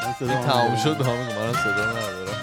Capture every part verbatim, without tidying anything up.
این تمام شد به همه منم صدا ندارم.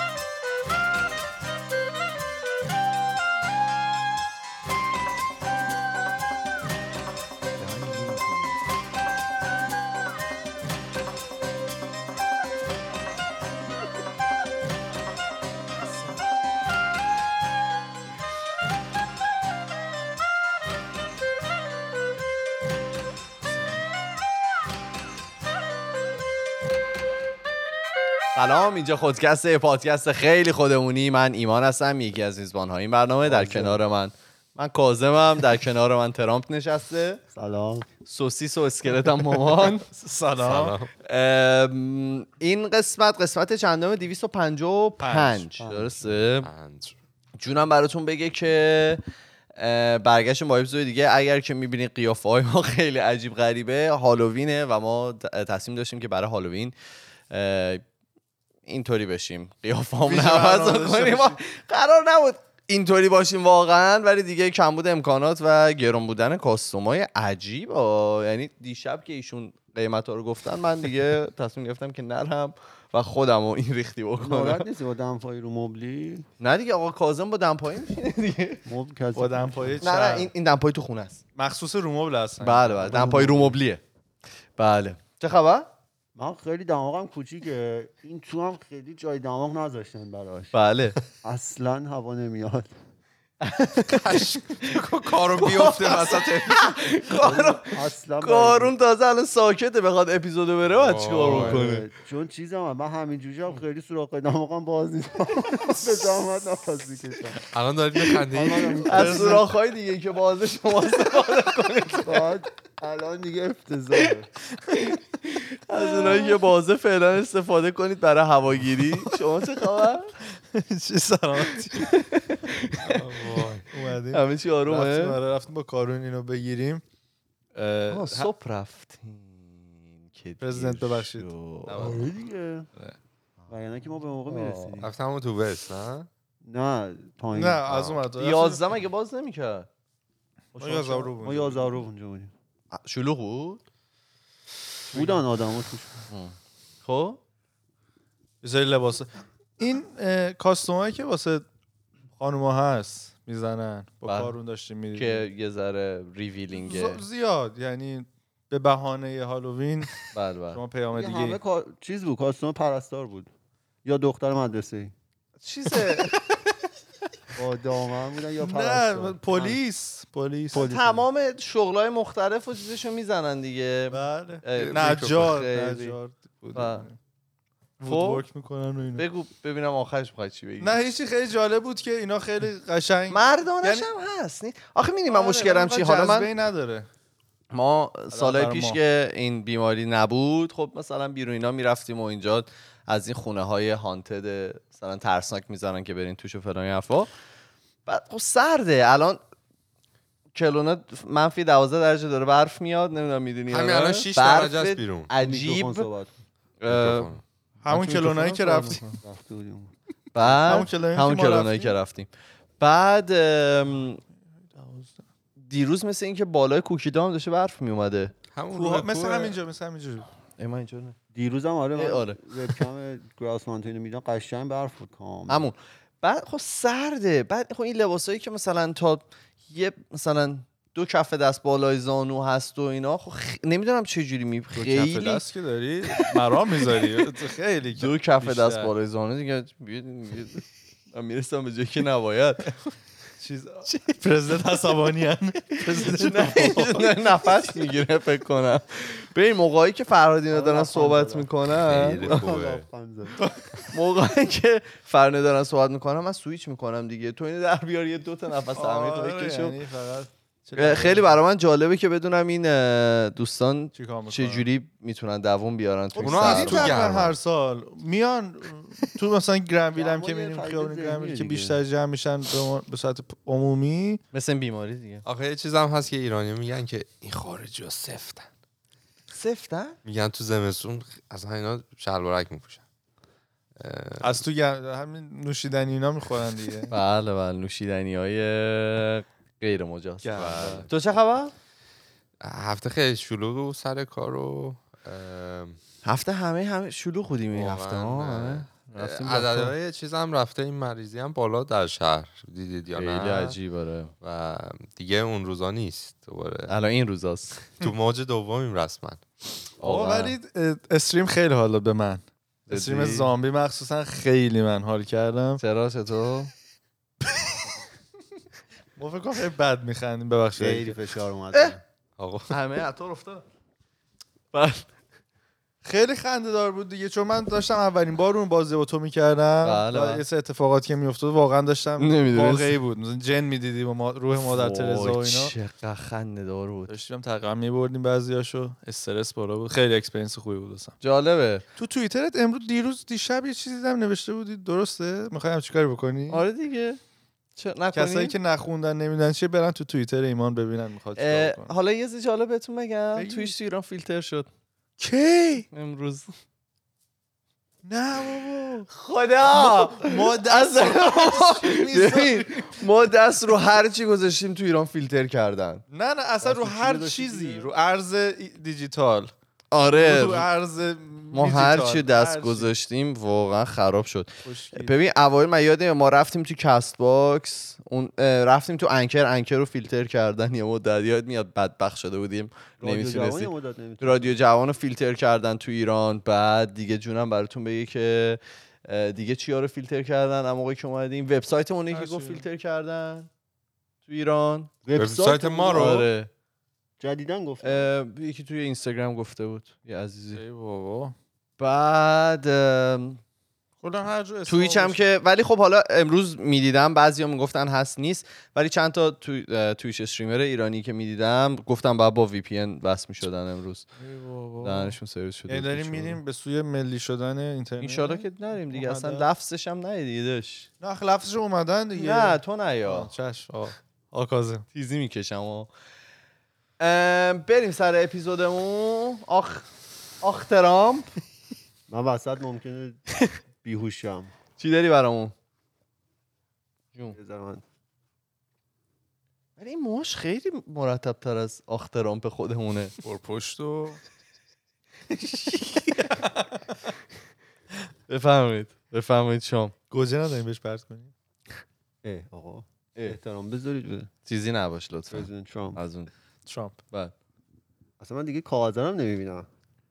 سلام، اینجا خودکسته، پادکست خیلی خودمونی. من ایمان هستم، یکی از میزبان‌های این برنامه. در کنار من من کاظمم، در کنار من ترامپ نشسته. سلام. سوسیس و اسکلت هم مامان. سلام. این قسمت قسمت چندم؟ دویست و پنجاه و پنج. درسته؟ جونم براتون بگه که برگشتیم با اپیزود دیگه. اگر که میبینید قیافه های ما خیلی عجیب غریبه، هالووینه و ما تصمیم داشتیم که برای هالووین اینطوری بشیم، قیافه‌مون عوض کنیم. قرار نبود اینطوری باشیم واقعا، ولی دیگه کمبود امکانات و گران بودن کاستومای عجیب. یعنی دیشب که ایشون قیمتا رو گفتن، من دیگه تصمیم گرفتم که نرم و خودمو این ریختی بکنم. ناراحت نیستی با دمپایی رو مبلی؟ نه دیگه، آقا کاظم با دمپایی میشینه دیگه. مبل با دمپایی نه نه این این دمپایی تو خونه است، مخصوص رو مبل هستن. بله بله، دمپایی رو مبلیه. بله. چه خبر؟ من خیلی دماغم کوچیکه، این تو هم خیلی جای دماغ نذاشتن براش. بله. اصلا هوا نمیاد. کارون بیفته وسط. اصلا کارون تازه الان ساکته، بخواد اپیزودو بره بعد چیکار بکنه؟ چون چیزام من همینجوری هم خیلی سوراخ دماغم باز نیست. به زحمت نفس میکشم. الان دارید میخندید از سوراخ‌های دیگه که بازه شما استفاده کنید. بعد الان دیگه افتضاحه. از اونایی که بازه فعلا استفاده کنید برای هواگیری. شما چه خبر؟ چه سلامتی. اومدیم همه چی آرومه؟ رفتیم با کارون اینو بگیریم. صبح رفتیم که پرزیدنت ببخشید. آره دیگه. وگرنه که ما به موقع میرسیدیم. رفتم اون تو وست. نه نه پایین. نه از اون تو یازده مگه باز نمی‌کرد؟ ما یازده رو بود. ما یازده رو اونجا بودیم. شلوغ بود؟ بودن آدم‌ها توش. خب بذاری لباس این کاستومایی که واسه خانوما هست میزنن با بله. کارون داشتیم میدیدیم که یه ذره ریویلینگه زیاد، یعنی به بهانه هالووین. بله بله. شما پیام دیگه همه کا... چیز بود، کاستوم پرستار بود یا دختر مدرسه‌ای. چیزه با دامن بودن یا پرستار؟ نه پلیس پلیس تمام شغلای مختلف و چیزشو میزنن دیگه. بله. نجار نجار بود. وودورک میکنن و اینا. بگو ببینم آخرش میخوای چی بگی. نه هیچی، خیلی جالب بود که اینا خیلی قشنگ مردانش هم هست. آخه میدونی من مشکلم چی؟ حالا من نداره. ما سالهای پیش که این بیماری نبود، خب مثلا بیرون اینا میرفتیم و اینجا از این خونه های هانتد مثلا ترسناک میزنن که برین توش و فلان حرفا. بعد خب سرده. الان کلونا منفی دوازده درجه داره برف میاد، نمیدونم میدونی همین الان شش درجه است بیرون. عجیب. همون کلونایی که رفتیم. بعد همون کلونایی که رفتیم. بعد دیروز مثل این که بالای کوکیدام داشته برف می اومده. همون مثل همینجا مثل همینجا. ایما اینجا نه. دیروزم آره آره. وبکم گراس مانتین میدم قشنگ برف بود کامل. همون. بعد خب سرده. بعد خب این لباسایی که مثلا تا یه مثلا دو کف دست بالای زانو هست و اینا، خب خ... نمیدونم چه جوری می خیلی دو کف دست که داری مرام میذاری خیلی دو کف دست بالای زانو دیگه من میرسم به جایی که نباید. چیز پرزیدنت حسابانی ان پرزیدنت نفس میگیره فکر کنم. به این موقعی که فرهادینا دارن صحبت میکنن، موقعی که فرهادینا دارن صحبت میکنن من سویچ میکنم دیگه. تو اینو در بیار یه دو تا نفس عمیق بکشو. خیلی برای من جالبه که بدونم این دوستان چه جوری میتونن دووم بیارن تو اونا از تو هر سال میان تو مثلا گرنویل هم که میریم خیابون گرنویل که بیشتر جمع میشن به صورت عمومی مثل این بیماری دیگه. آخه یه چیز هم هست که ایرانی میگن که این خارجی‌ها سفتن. سفتن؟ میگن تو زمستون اصلا اینا شلوارک میپوشن. از تو همین نوشیدنی اینا میخورن دیگه. بله بله، نوشیدنی‌های غیر مجاز. تو چه خبر؟ هفته خیلی شلوغ و سر کار و هفته همه همه شلوغ بودیم این هفته ها. عددهای چیز هم رفته، این مریضی هم بالا در شهر، دیدید یا نه؟ خیلی عجیبه و دیگه اون روزا نیست دوباره، الان این روزاست. تو موج دومیم رسما. آقا ولی استریم خیلی حالا به من، استریم زامبی مخصوصا خیلی من حال کردم. چرا چطور؟ ما فکر کنم خیلی بد میخندیم، ببخشید خیلی فشار اومد آقا همه عطار افتاد. خیلی خنده دار بود دیگه، چون من داشتم اولین بار اون بازی با تو میکردم و یه سری اتفاقاتی که میافتاد واقعا داشتم واقعی بود، مثلا جن میدیدیم و ما روح مادر ترزا و اینا. چقدر خنده دار بود. داشتیم تقریبا میبردیم بعضیاشو، استرس بالا بود، خیلی اکسپریانس خوبی بود اصلا. جالبه. تو توییترت امروز دیروز دیشب یه چیزی دیدم نوشته بودی، درسته؟ میخوایم چیکار بکنی؟ آره دیگه. چه نکنیم؟ کسایی که نخوندن نمیدونن چیه برن تو توییتر ایمان ببینن میخواد چیکار کنه. حالا یه چیز جالب بهتون بگم، تویش تو ایران فیلتر شد. کی؟ امروز. نه بابا خدا ما دست ما دست رو هر چی گذاشتیم تو ایران فیلتر کردن. نه نه اصلا رو هر چیزی، رو ارز دیجیتال، آره رو ارز ما هر چی دست گذاشتیم واقعا خراب شد. ببین اوایل من یادم ما رفتیم تو کست باکس، اون رفتیم تو انکر، انکر رو فیلتر کردن یه مدت، یاد میاد بدبخت شده بودیم نمیتونستیم. رادیو جوان رو فیلتر کردن تو ایران. بعد دیگه جونم براتون بگه که دیگه چیا رو فیلتر کردن اما موقعی که اومدیم وبسایت اون یکی گفت فیلتر کردن تو ایران. وبسایت ما رو آره جدیدن گفت یکی توی اینستاگرام گفته بود یه عزیزی. ای بابا. بعد کلا هر جو تویچ هم که، ولی خب حالا امروز میدیدم بعضیا میگفتن هست نیست، ولی چند تا تو تویچ استریمر ایرانی که میدیدم گفتم بعد با وی پی ان وصل میشدن امروز. ای بابا. دانشون سرویس شده. یعنی داریم میریم به سوی ملی شدن اینترنت. ان شاء الله که نریم دیگه، اصلا لفظش هم ندیدش. نه خ لفظش اومدن دیگه. نه تو نیا. چش آ آ کاظم تیزی میکشم و بریم سر اپیزودمون. آخ آخ ترامپ. من وسط ممکنه بیهوشم. چی داری برامون؟ جون ولی این موهاش خیلی مرتب تر از آخ ترامپ خودمونه. پر پشت و بفرمایید بفرمایید شام گوجه نداریم بهش پرت کنیم. اه آقا احترام بذارید به چیزی نباش لطفا. پرزیدنت ترامپ. از اون ترامپ. بعد اصلا من دیگه کاغذرم نمیبینم.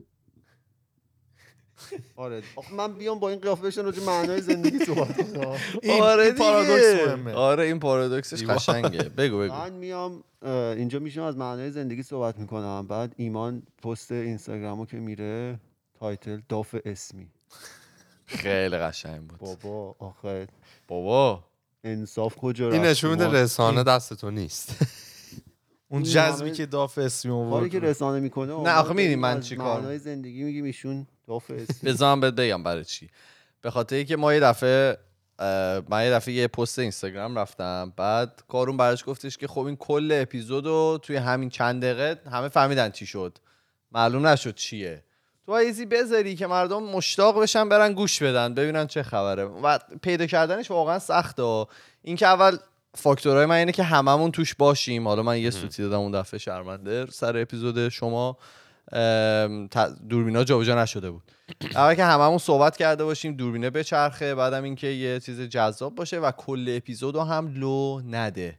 آره من بیام با این قیافه بشن راجع معنای زندگی صحبت کنم. آره پارادوکس مهمه. آره این پارادوکسش قشنگه. بگو بگو. من میام اینجا میشم از معنای زندگی صحبت میکنم، بعد ایمان پست اینستاگرامو که میره تایتل داف اسمی. خیلی قشنگ بود. بابا آخه بابا انصاف کجا رفت؟ این نشون میده رسانه دست تو نیست. اون جذبی که داف اسمی آورد کاری که رسانه میکنه. نه آخه میدونی من چیکار معنای زندگی میگیم ایشون داف اسمی. بذارم بهت بگم برای چی. به خاطر اینکه ما یه دفعه من یه دفعه یه پست اینستاگرام رفتم، بعد کارون براش گفتش که خب این کل اپیزودو توی همین چند دقیقه همه فهمیدن چی شد، معلوم نشد چیه. تو ایزی بذاری که مردم مشتاق بشن برن گوش بدن ببینن چه خبره. و پیدا کردنش واقعا سخته. این که اول فاکتورهای من اینه که هممون توش باشیم. حالا من یه سوتی دادم اون دفعه شرمنده سر اپیزود شما دوربینا جابجا نشده بود. اول که هممون صحبت کرده باشیم، دوربینه بچرخه، بعدم اینکه یه چیز جذاب باشه و کل اپیزودو هم لو نده.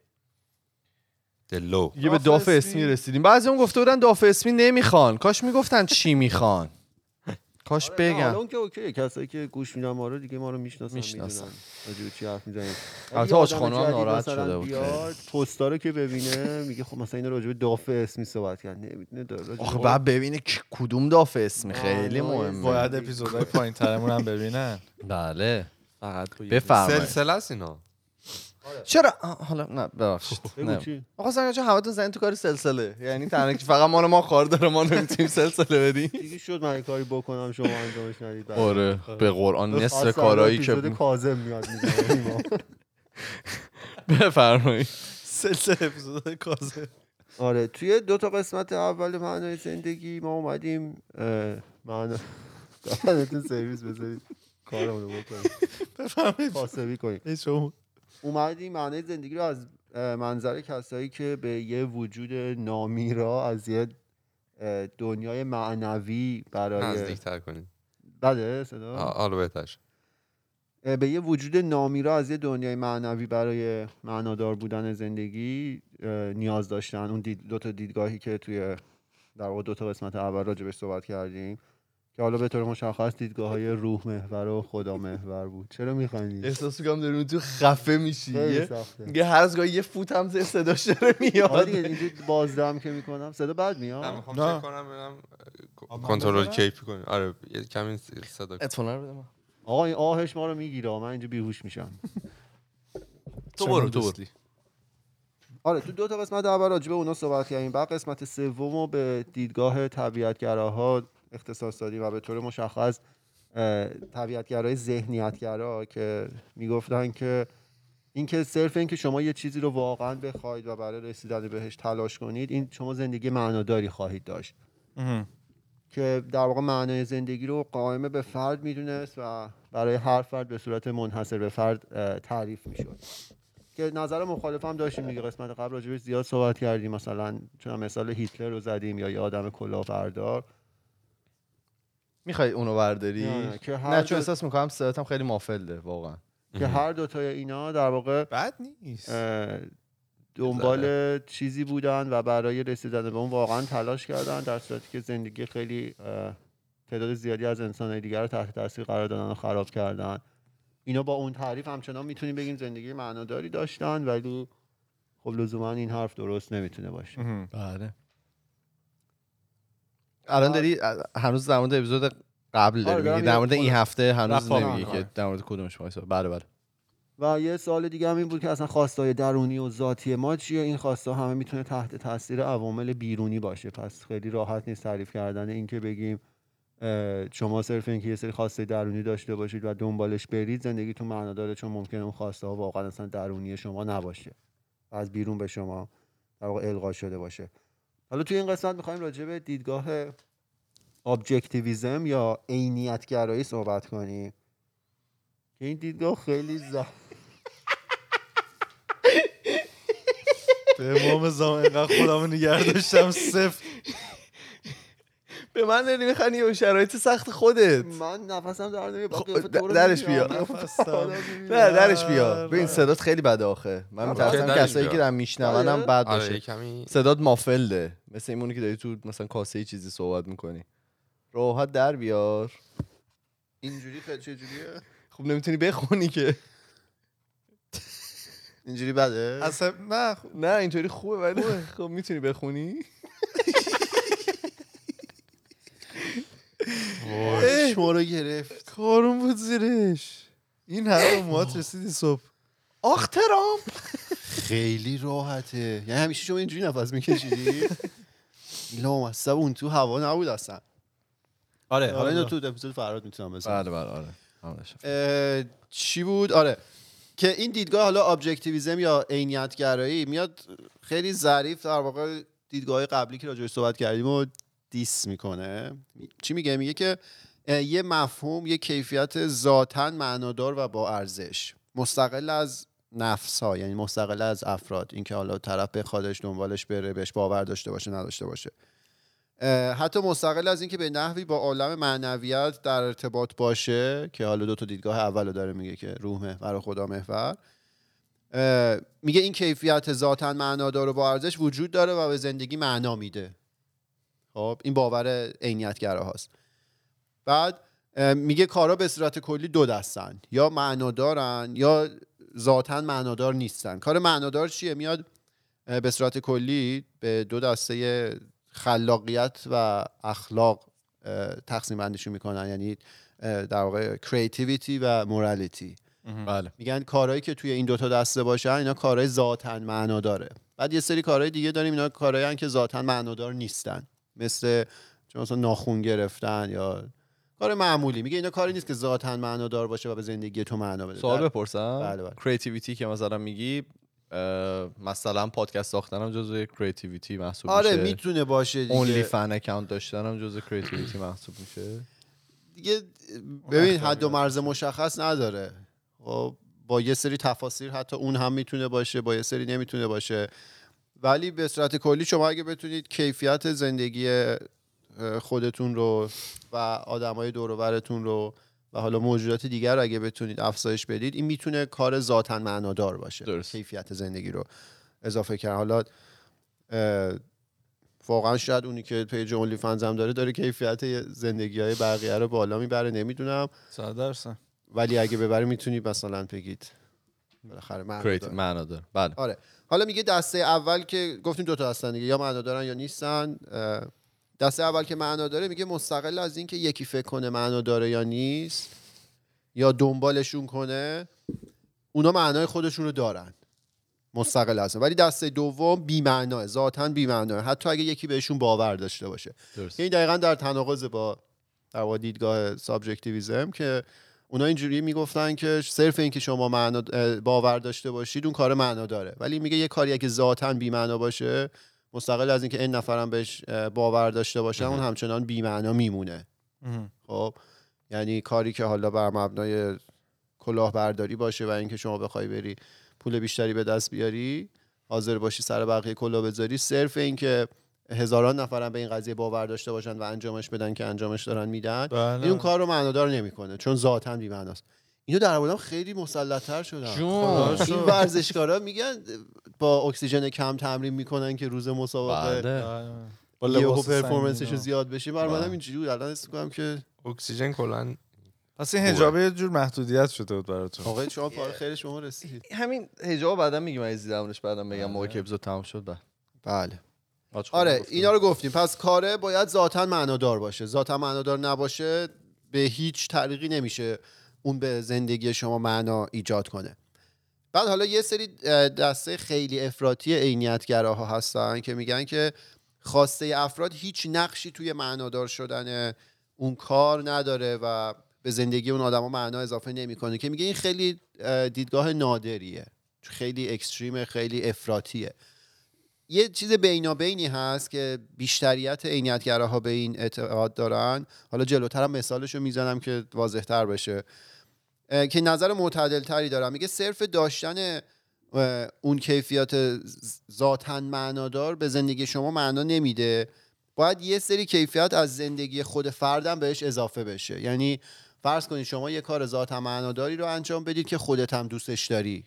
دلو یه به داف اسمی رسیدیم. بعضی هم گفته بودن داف اسمی نمیخوان. کاش میگفتن چی میخوان. کاش بگن. حالا اون که اوکی، کسایی که گوش میدن ما رو دیگه ما رو میشناسن، میدونن راجع چی حرف میزنیم. البته آج خانم هم ناراحت شده بود. پستا رو که ببینه میگه خب مثلا اینا راجع به داف اسمی صحبت کردن، نمیدونه داره. آخه بعد ببینه کدوم داف اسمی خیلی مهمه. باید اپیزودهای پایین‌ترمون هم ببینن. بله. فقط بفرمایید. سلسله است اینا. چرا حالا نه ببخشید. آقا سنگا چه همتون زنید تو کار سلسله، یعنی تنها که فقط ما ما کار داره ما نمیتونیم سلسله بدیم. دیگه شد من کاری بکنم شما انجامش ندید. آره به قرآن نصف کارهایی که اپیزود کاظم میاد میزنه. بفرمایید. سلسله اپیزودهای کاظم. آره توی دو تا قسمت اول معنای زندگی ما اومدیم معنا دادتون سرویس بذارید کارمون رو بکنیم. بفرمایید. فاسبی کنیم. شما اومدیم معنای زندگی رو از منظر کسایی که به یه وجود نامیرا از یه دنیای معنوی برای نزدیک‌تر کنید. بله صدا حالا بهتر به یه وجود نامیرا از یه دنیای معنوی برای معنادار بودن زندگی نیاز داشتن. اون دید دو تا دیدگاهی که توی در واقع دو تا قسمت اول راجع بهش صحبت کردیم که حالا به طور مشخص دیدگاه‌های روح محور و خدا محور بود. چرا می‌خندی؟ احساس می‌کنم داریم تو خفه میشی. یه هر از گاهی یه فوت هم زیر صداش داره میاد. آره دیگه اینجوری بازدم که می‌کنم صدا بد میاد. من می‌خوام چک کنم ببینم کنترل کیپ کنیم. آره یه کمی صدا اتفاقا بده من. آقا این آهش ما رو میگیره، من اینجا بیهوش میشم. تو برو تو برو. آره تو دو تا قسمت اول راجع به اونا صحبت کردیم. بعد قسمت سومو به دیدگاه طبیعت‌گراها اختصاص دادیم و به طور مشخص طبیعت‌گرای ذهنیت‌گرا که میگفتن که اینکه صرف این که شما یه چیزی رو واقعا بخواید و برای رسیدن بهش تلاش کنید، این شما زندگی معناداری خواهید داشت. که در واقع معنای زندگی رو قائم به فرد میدونست و برای هر فرد به صورت منحصر به فرد تعریف میشد. که نظر مخالف هم داشتیم دیگه، قسمت قبل راجبش زیاد صحبت کردیم، مثلا چون مثال هیتلر رو زدیم یا یه آدم کلاهبردار. میخوای اونو برداری؟ نه, که هر نه چون احساس میکنم صداتم خیلی مافلده واقعا. که هر دوتای اینا در واقع بد نیست، دنبال چیزی بودن و برای رسیدن به اون واقعا تلاش کردن، در صورتی که زندگی خیلی تعداد زیادی از انسان‌های دیگر رو تحت تاثیر قرار دادن و خراب کردن. اینا با اون تعریف همچنان میتونیم بگیم زندگی معناداری داشتن، ولی خب لزوما این حرف درست نمیتونه باشه. بله. الان داری هنوز در مورد اپیزود قبل داری میگی، در مورد این هفته هنوز نمیگی که در مورد کدومش وایسا. بله بله. و یه سوال دیگه هم این بود که اصلا خواستای درونی و ذاتی ما چیه؟ این خواستا همه میتونه تحت تاثیر عوامل بیرونی باشه، پس خیلی راحت نیست تعریف کردن این که بگیم شما صرف اینکه یه سری خواسته درونی داشته باشید و دنبالش برید زندگیتون معنا داره، چون ممکنه اون خواسته ها واقعا اصلا درونی شما نباشه، از بیرون به شما در واقع القا شده باشه. حالا توی این قسمت می‌خوایم راجع به دیدگاه ابجکتیویسم یا عینیت‌گرایی صحبت کنیم که این دیدگاه خیلی ز به امام زمان اینقدر خودمو نگه داشتم صفر. به من داری میخنی و شرایط سخت خودت. من نفسم در نمیاد. خب درش بیا. نه درش بیا. ببین صدات خیلی بده آخه. من میترسم کسایی که دارن میشنونم بد باشه. صدات مافلده، مثل اینمونی که داری تو مثلا کاسه چیزی صحبت میکنی. راحت در بیار. اینجوری خیلی چه جوریه؟ خب نمیتونی بخونی که. اینجوری بده؟ اصلا نه نه اینطوری خوبه ولی خب میتونی بخونی؟ وای شما رو گرفت. کارون بود زیرش. این همه موات رسیدی صبح. آخ ترام. خیلی راحته. یعنی همیشه شما اینجوری نفس میکشیدی؟ لامصب اون تو هوا نبود اصلا. آره حالا اینو تو اپیزود فراد میتونم بزنم. بله بله آره. چی بود؟ آره که این دیدگاه حالا ابجکتیویسم یا عینیت‌گرایی میاد خیلی ظریف در واقع دیدگاه قبلی که راجعش صحبت کردیم و دیس میکنه. چی میگه؟ میگه که یه مفهوم، یه کیفیت ذاتاً معنادار و با ارزش، مستقل از نفس ها، یعنی مستقل از افراد، اینکه حالا طرف بخوادش دنبالش بره، بهش باور داشته باشه نداشته باشه، حتی مستقل از اینکه به نحوی با عالم معنویت در ارتباط باشه، که حالا دو تا دیدگاه اولو داره میگه که روح محور و خدا محور. میگه این کیفیت ذاتاً معنادار و با ارزش وجود داره و به زندگی معنا میده. خب این باور عینیت‌گرا هاست. بعد میگه کارا به صورت کلی دو دستن، یا معنادارن یا ذاتاً معنادار نیستن. کار معنادار چیه؟ میاد به صورت کلی به دو دسته خلاقیت و اخلاق تقسیم بندیشون میکنن، یعنی در واقع کریتیویتی و مورالیتی. بله. میگن کارهایی که توی این دوتا دسته باشن اینا کارهای ذاتاً معناداره. بعد یه سری کارهای دیگه داریم اینا کارهایی هستن که ذاتاً معنادار نیستن، مثل چون مثلا ناخن گرفتن یا کار معمولی. میگه اینا کاری نیست که ذاتاً معنادار باشه و به زندگی تو معنا بده. سوال بپرسم؟ بله بله. کریتیویتی که مثلا میگی مثلا پادکست ساختنم جزو کریتیویتی محسوب آره میشه؟ آره میتونه باشه دیگه. اونلی فن اکانت داشتنم جزو کریتیویتی محسوب میشه دیگه. ببین حد و مرز مشخص نداره. خب با یه سری تفاسیر حتی اون هم میتونه باشه، با یه سری نمیتونه باشه. ولی به صورت کلی شما اگه بتونید کیفیت زندگی خودتون رو و آدمای دور و برتون رو و حالا موجودات دیگر رو اگه بتونید افزایش بدید، این میتونه کار ذاتاً معنادار باشه. درست. کیفیت زندگی رو اضافه کردن. حالا واقعا شاید اونی که پیج اونلی فنز هم داره داره کیفیت زندگی های بقیه رو بالا میبره، نمیدونم، صد درصد. ولی اگه ببری میتونی مثلا بگید بالاخره معنادار. معنادار. بله. آره. حالا میگه دسته اول که گفتیم دو تا هستن دیگه، یا معنادارن یا نیستن. دسته اول که معنا داره میگه مستقل از این که یکی فکر کنه معنا داره یا نیست یا دنبالشون کنه، اونا معنای خودشون رو دارن، مستقل هستن. ولی دسته دوم بی معناه، ذاتاً بی معناه، حتی اگه یکی بهشون باور داشته باشه. این دقیقاً در تناقض با در واقع دیدگاه سابجکتیویسم که اونا اینجوری میگفتن که صرف این که شما معنا باور داشته باشید اون کار معنا داره، ولی میگه یه کاری که ذاتاً بی معنا باشه، مستقل از اینکه این نفرم بهش باور داشته باشه، اون همچنان بی معنا میمونه. خب یعنی کاری که حالا بر مبنای کلاهبرداری باشه و اینکه شما بخوای بری پول بیشتری به دست بیاری، حاضر باشی سر بقیه کلاه بذاری، صرف اینکه هزاران نفرم به این قضیه باور داشته باشن و انجامش بدن که انجامش دارن میدن، این اون کار رو معنادار نمیکنه چون ذاتاً بی معناست. اینو در موردم خیلی مسلط‌تر شدن. این ورزشکارا میگن با اکسیژن کم تمرین میکنن که روز مسابقه با لباس پرفورمنسشون زیاد بشه. برام اینجوری بود، الان حس می‌کنم که اکسیژن کلا پس این حجاب یه جور محدودیت شده بود براتون. آقا شما پاره خیر شما رسید. همین حجاب بعداً میگم از دیدمش بعداً بگم موقع که اپیزود تموم شد. بله. آره اینا رو گفتیم. پس کاره باید ذاتاً معنادار باشه. ذاتاً معنادار نباشه به هیچ طریقی نمیشه اون به زندگی شما معنا ایجاد کنه. بعد حالا یه سری دسته خیلی افراطی عینیت‌گراها هستن که میگن که خواسته افراد هیچ نقشی توی معنادار شدن اون کار نداره و به زندگی اون آدما معنا اضافه نمیکنه، که میگه این خیلی دیدگاه نادریه، خیلی اکستریم، خیلی افراطیه. یه چیز بینابینی هست که بیشتریت عینیت‌گراها به این اعتقاد دارن. حالا جلوترم مثالشو میزنم که واضح‌تر بشه، که نظر معتدل تری دارم. میگه صرف داشتن اون کیفیت ذاتاً معنادار به زندگی شما معنا نمیده، باید یه سری کیفیت از زندگی خود فردم بهش اضافه بشه. یعنی فرض کنید شما یه کار ذاتاً معناداری رو انجام بدید که خودت هم دوستش داری،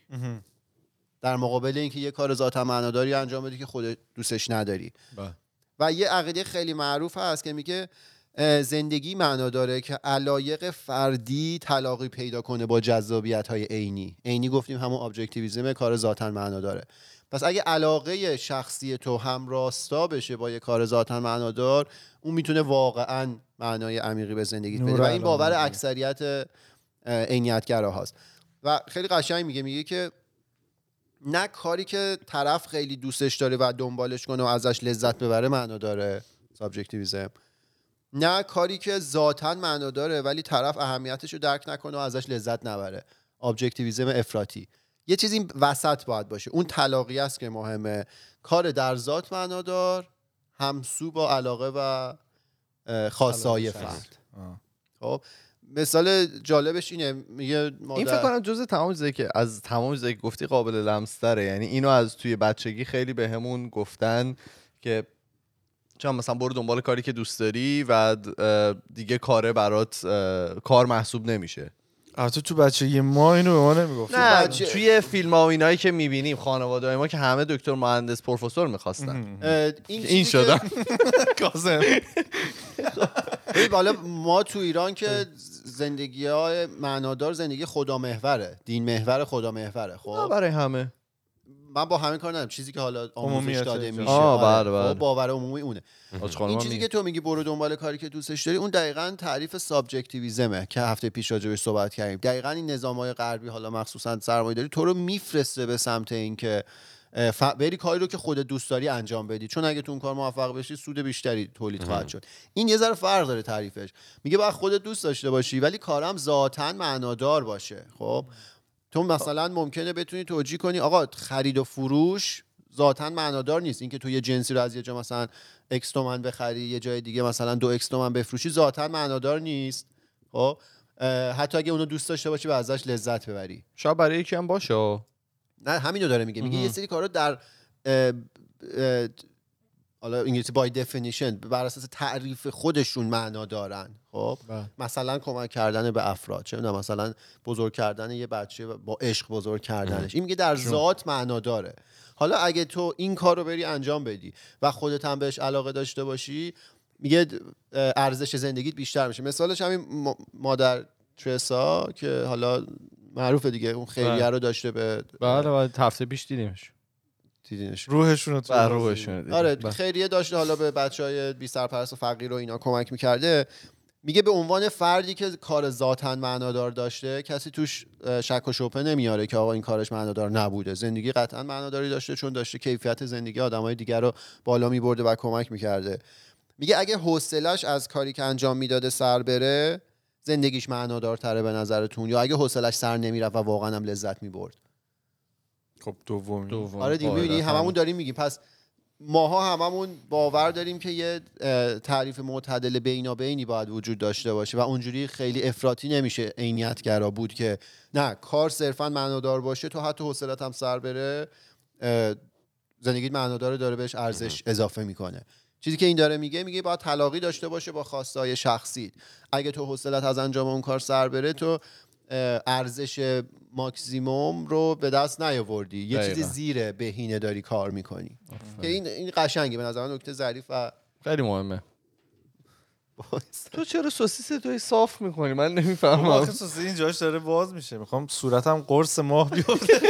در مقابل اینکه یه کار ذاتاً معناداری انجام بدی که خودت دوستش نداری. با. و یه عقیده خیلی معروف هست که میگه زندگی معنا داره که علایق فردی تلاقی پیدا کنه با جذابیت‌های عینی. عینی گفتیم همون ابجکتیویسم، کار ذاتاً معنا داره. پس اگه علاقه شخصی تو هم راستا بشه با یه کار ذاتاً معنا دار، اون میتونه واقعاً معنای عمیقی به زندگیت بده و این باور اکثریت عینیت‌گرا هست. و خیلی قشنگ میگه میگه که نه کاری که طرف خیلی دوستش داره و دنبالش کنه و ازش لذت ببره معنا داره، سابجکتیویسم، نه کاری که ذاتاً معنا داره ولی طرف اهمیتش رو درک نکنه و ازش لذت نبره، ابجکتیویسم افراطی. یه چیزی وسط باید باشه، اون تلاقی است که مهمه، کار در ذات معنا دار همسو با علاقه و خاصای فرد. خب مثال جالبش اینه، میگه این فکر کنم جزء تمام چیزایی که از تمام چیزایی که گفتی قابل لمس تره. یعنی اینو از توی بچگی خیلی بهمون گفتن که چون مثلا برو دنبال کاری که دوست داری و دیگه کاره برات کار محسوب نمیشه. البته تو بچگی ما اینو به ما نمیگفتن. نه بچه... توی فیلم ها و اینایی که میبینیم خانواده‌های ما که همه دکتر، مهندس، پروفسور میخواستن این, این شدن کاسم. حالا ما تو ایران که زندگی های معنادار زندگی خدا محوره، دین محور، خدا محوره. خب برای همه من با همین کار ندارم، چیزی که حالا آموزش داده میشه آره بله باور عمومی اونه. این چیزی که تو میگی برو دنبال کاری که دوستش داری، اون دقیقاً تعریف سابجکتیویسمه که هفته پیش راجعش صحبت کردیم. دقیقاً این نظام‌های غربی حالا مخصوصا سرمایه‌داری تو رو میفرسته به سمت اینکه ف... بری کاری رو که خودت دوست داری انجام بدی، چون اگه تو اون کار موفق بشی سود بیشتری تولید خواهد شد. این یه ذره فرق داره تعریفش. میگه باید خودت دوست داشته باشی ولی کارم ذاتاً معنادار باشه. خب تو مثلا ممکنه بتونی توجیه کنی آقا خرید و فروش ذاتاً معنادار نیست، اینکه تو یه جنسی رو از یه جا مثلا اکس تومن بخری یه جای دیگه مثلا دو اکس تومن بفروشی ذاتاً معنادار نیست. خب حتی اگه اونو دوست داشته باشی و ازش لذت ببری، شاید برای یکی هم باشه. نه همینو داره میگه. میگه یه سری کارا در حالا انگلیسی بای دفینیشن بر اساس تعریف خودشون معنا دارن. خب مثلا کمک کردن به افراد، چه میدونم مثلا بزرگ کردن یه بچه با عشق بزرگ کردنش، این میگه در ذات معنا داره. حالا اگه تو این کار رو بری انجام بدی و خودت هم بهش علاقه داشته باشی، میگه ارزش زندگیت بیشتر میشه. مثالش همین مادر ترسا که حالا معروفه دیگه، اون خیریه رو داشته به بله بله هفته پیش دیدیمش دیدینش روحشون رو تو روحشون آره خیریه داشته، حالا به بچهای بی سرپرست و فقیر و اینا کمک میکرده. میگه به عنوان فردی که کار ذاتاً معنادار داشته، کسی توش شک و شبهه نمیاره که آقا این کارش معنادار نبوده. زندگی قطعاً معناداری داشته، چون داشته کیفیت زندگی آدمای دیگر رو بالا میبرده و کمک میکرده. میگه اگه حوصله‌اش از کاری که انجام میداده سر بره، زندگیش معنادارتره به نظرتون، یا اگه حوصله‌اش سر نمیرفت و واقعاً هم لذت میبرد؟ خب دوم دوم آره دیگه میبینی هممون داریم میگیم. پس ماها هممون باور داریم که یه تعریف معتدل بینابینی باید وجود داشته باشه و اونجوری خیلی افراطی نمیشه عینیت‌گرا بود که نه کار صرفاً معنادار باشه، تو حتی حوصله‌ت هم سر بره زندگیت معنادار داره بهش ارزش اضافه میکنه. چیزی که این داره میگه، میگه باید تلاقی داشته باشه با خواسته‌های شخصیت. اگه تو حوصله‌ت از انجام اون کار سر بره، تو ارزش ماکسیموم رو به دست نیاوردی، یه چیزی زیر بهینه داری کار میکنی. که این این قشنگه به نظر من، نکته ظریف و خیلی مهمه. تو چرا سوسیس توی صاف میکنی؟ من نمیفهمم. آخه سوسیس این جاش داره باز میشه، میخوام صورتم قرص ماه بیفته.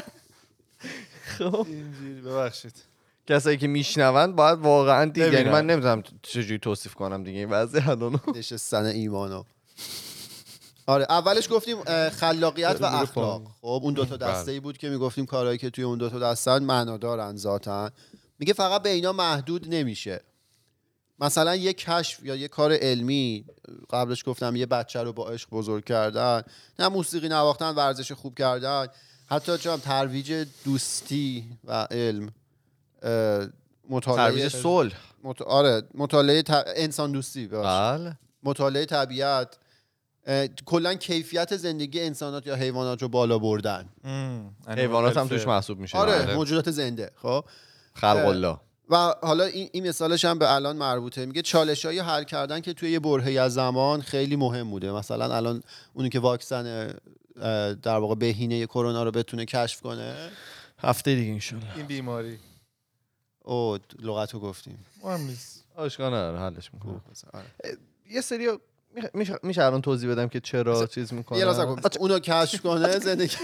خب اینجوری ببخشید. کسایی که میشنوند باید واقعا دید، یعنی من نمیدونم چجوری توصیف کنم دیگه این وضع الانو. نشستن ایمانو. آره اولش گفتیم خلاقیت و اخلاق. خب اون دو تا دسته‌ای بود که میگفتیم کارهایی که توی اون دو تا دسته‌ن معنادارن ذاتن. میگه فقط به اینا محدود نمیشه. مثلا یه کشف یا یه کار علمی، قبلش گفتم یه بچه رو با عشق بزرگ کردن، نه موسیقی نواختن، ورزش خوب کردن، حتی چون ترویج دوستی و علم، مطالعه ترویج صلح، مط... آره مطالعه ت... انسان دوستی، بله، مطالعه طبیعت، کلا کیفیت زندگی انسانات یا حیوانات رو بالا بردن. حیوانات هم توش محسوب میشه. آره بله. موجودات زنده. خب خلق الله. و حالا این, این مثالش هم به الان مربوطه. میگه چالش‌های حل کردن که توی یه برهه‌ای از زمان خیلی مهم بوده. مثلا الان اونی که واکسن در واقع بهینه کرونا رو بتونه کشف کنه، هفته دیگه انشالله. این بیماری او لغتو گفتیم مهم نیست، آشکانه حلش میکنه. یه سری میشه میشه الان توضیح بدم که چرا چیز میکنه. یه لحظه اونو کشف کنه زندگی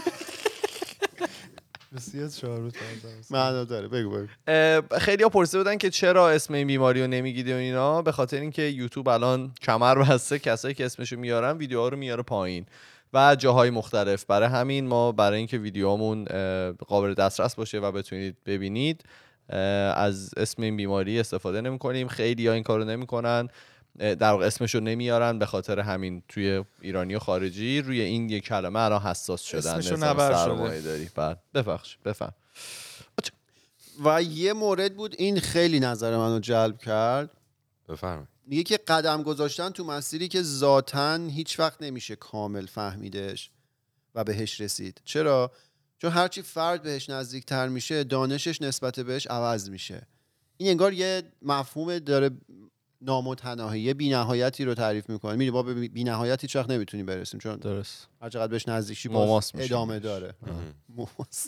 بسیار شعارت معنا داره. بگو بگو. خیلی‌ها پرسیده بودن که چرا اسم این بیماری رو نمیگیدی و اینا. به خاطر اینکه یوتیوب الان کمر بسته، کسایی که اسمشو میارن ویدیوها رو میاره پایین و جاهای مختلف. برای همین ما برای اینکه ویدیومون قابل دسترس باشه و بتونید ببینید، از اسم این بیماری استفاده نمی‌کنیم. خیلی‌ها این کارو نمی‌کنن، در واقع اسمشو نمیارن. به خاطر همین توی ایرانی و خارجی روی این یک کلمه الان حساس شدن. اسمشو نبر شده داری. بعد بفخش بفهم. و یه مورد بود این خیلی نظر منو جلب کرد. بفرمایید. میگه که قدم گذاشتن تو مسیری که ذاتاً هیچ وقت نمیشه کامل فهمیدش و بهش رسید. چرا؟ چون هرچی فرد بهش نزدیکتر میشه، دانشش نسبت بهش عوض میشه. این انگار یه مفهوم داره نامتناهی، یه بی‌نهایتی رو تعریف میکنه. میری با به بی‌نهایت هیچ وقت نمیتونی برسیم، چون درست هر چقدر بهش نزدیک شی باز ادامه داره. موماس.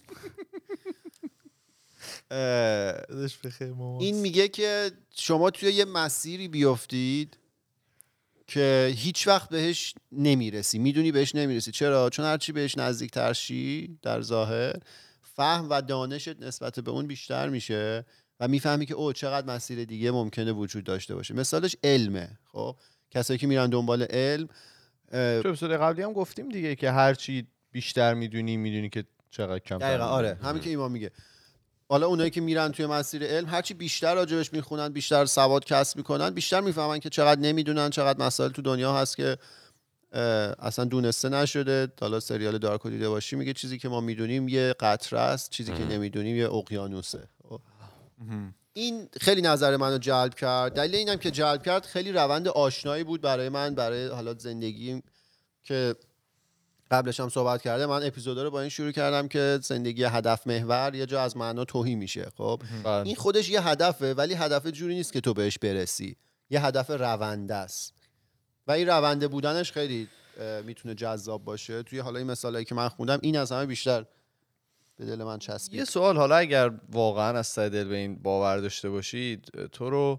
این میگه که شما توی یه مسیری بیافتید که هیچ وقت بهش نمیرسی، میدونی بهش نمیرسی. چرا؟ چون هرچی بهش نزدیکتر شی در ظاهر، فهم و دانشت نسبت به اون بیشتر میشه و میفهمی که او چقدر مسیر دیگه ممکنه وجود داشته باشه. مثالش علمه. خب کسایی که میرن دنبال علم، تو اپیزود قبلی هم گفتیم دیگه که هرچی بیشتر میدونی میدونی که چقدر کم. دقیقاً آره همین که ایمان میگه. حالا اونایی که میرن توی مسیر علم، هرچی بیشتر راجبش میخونن، بیشتر سواد کسب میکنن، بیشتر میفهمن که چقدر نمیدونن، چقدر مسائل تو دنیا هست که اصلا دونسته نشده. حالا سریال دارکو دیده باشی، میگه چیزی که ما میدونیم یه قطره است، چیزی که نمیدونیم یه اقیانوسه. این خیلی نظر منو جلب کرد. دلیل اینم که جلب کرد خیلی روند آشنایی بود برای من، برای حالات زندگیم، که قبلش هم صحبت کرده، من اپیزودا رو با این شروع کردم که زندگی هدف محور یه جا از معنا توهی میشه. خب این خودش یه هدفه، ولی هدف جوری نیست که تو بهش برسی، یه هدف رونده است و این رونده بودنش خیلی میتونه جذاب باشه. توی حالا این مثالایی که من خوندم این از همه بیشتر به دل من چسبید. یه سوال، حالا اگر واقعا از ته دل به این باور داشته باشید، تو رو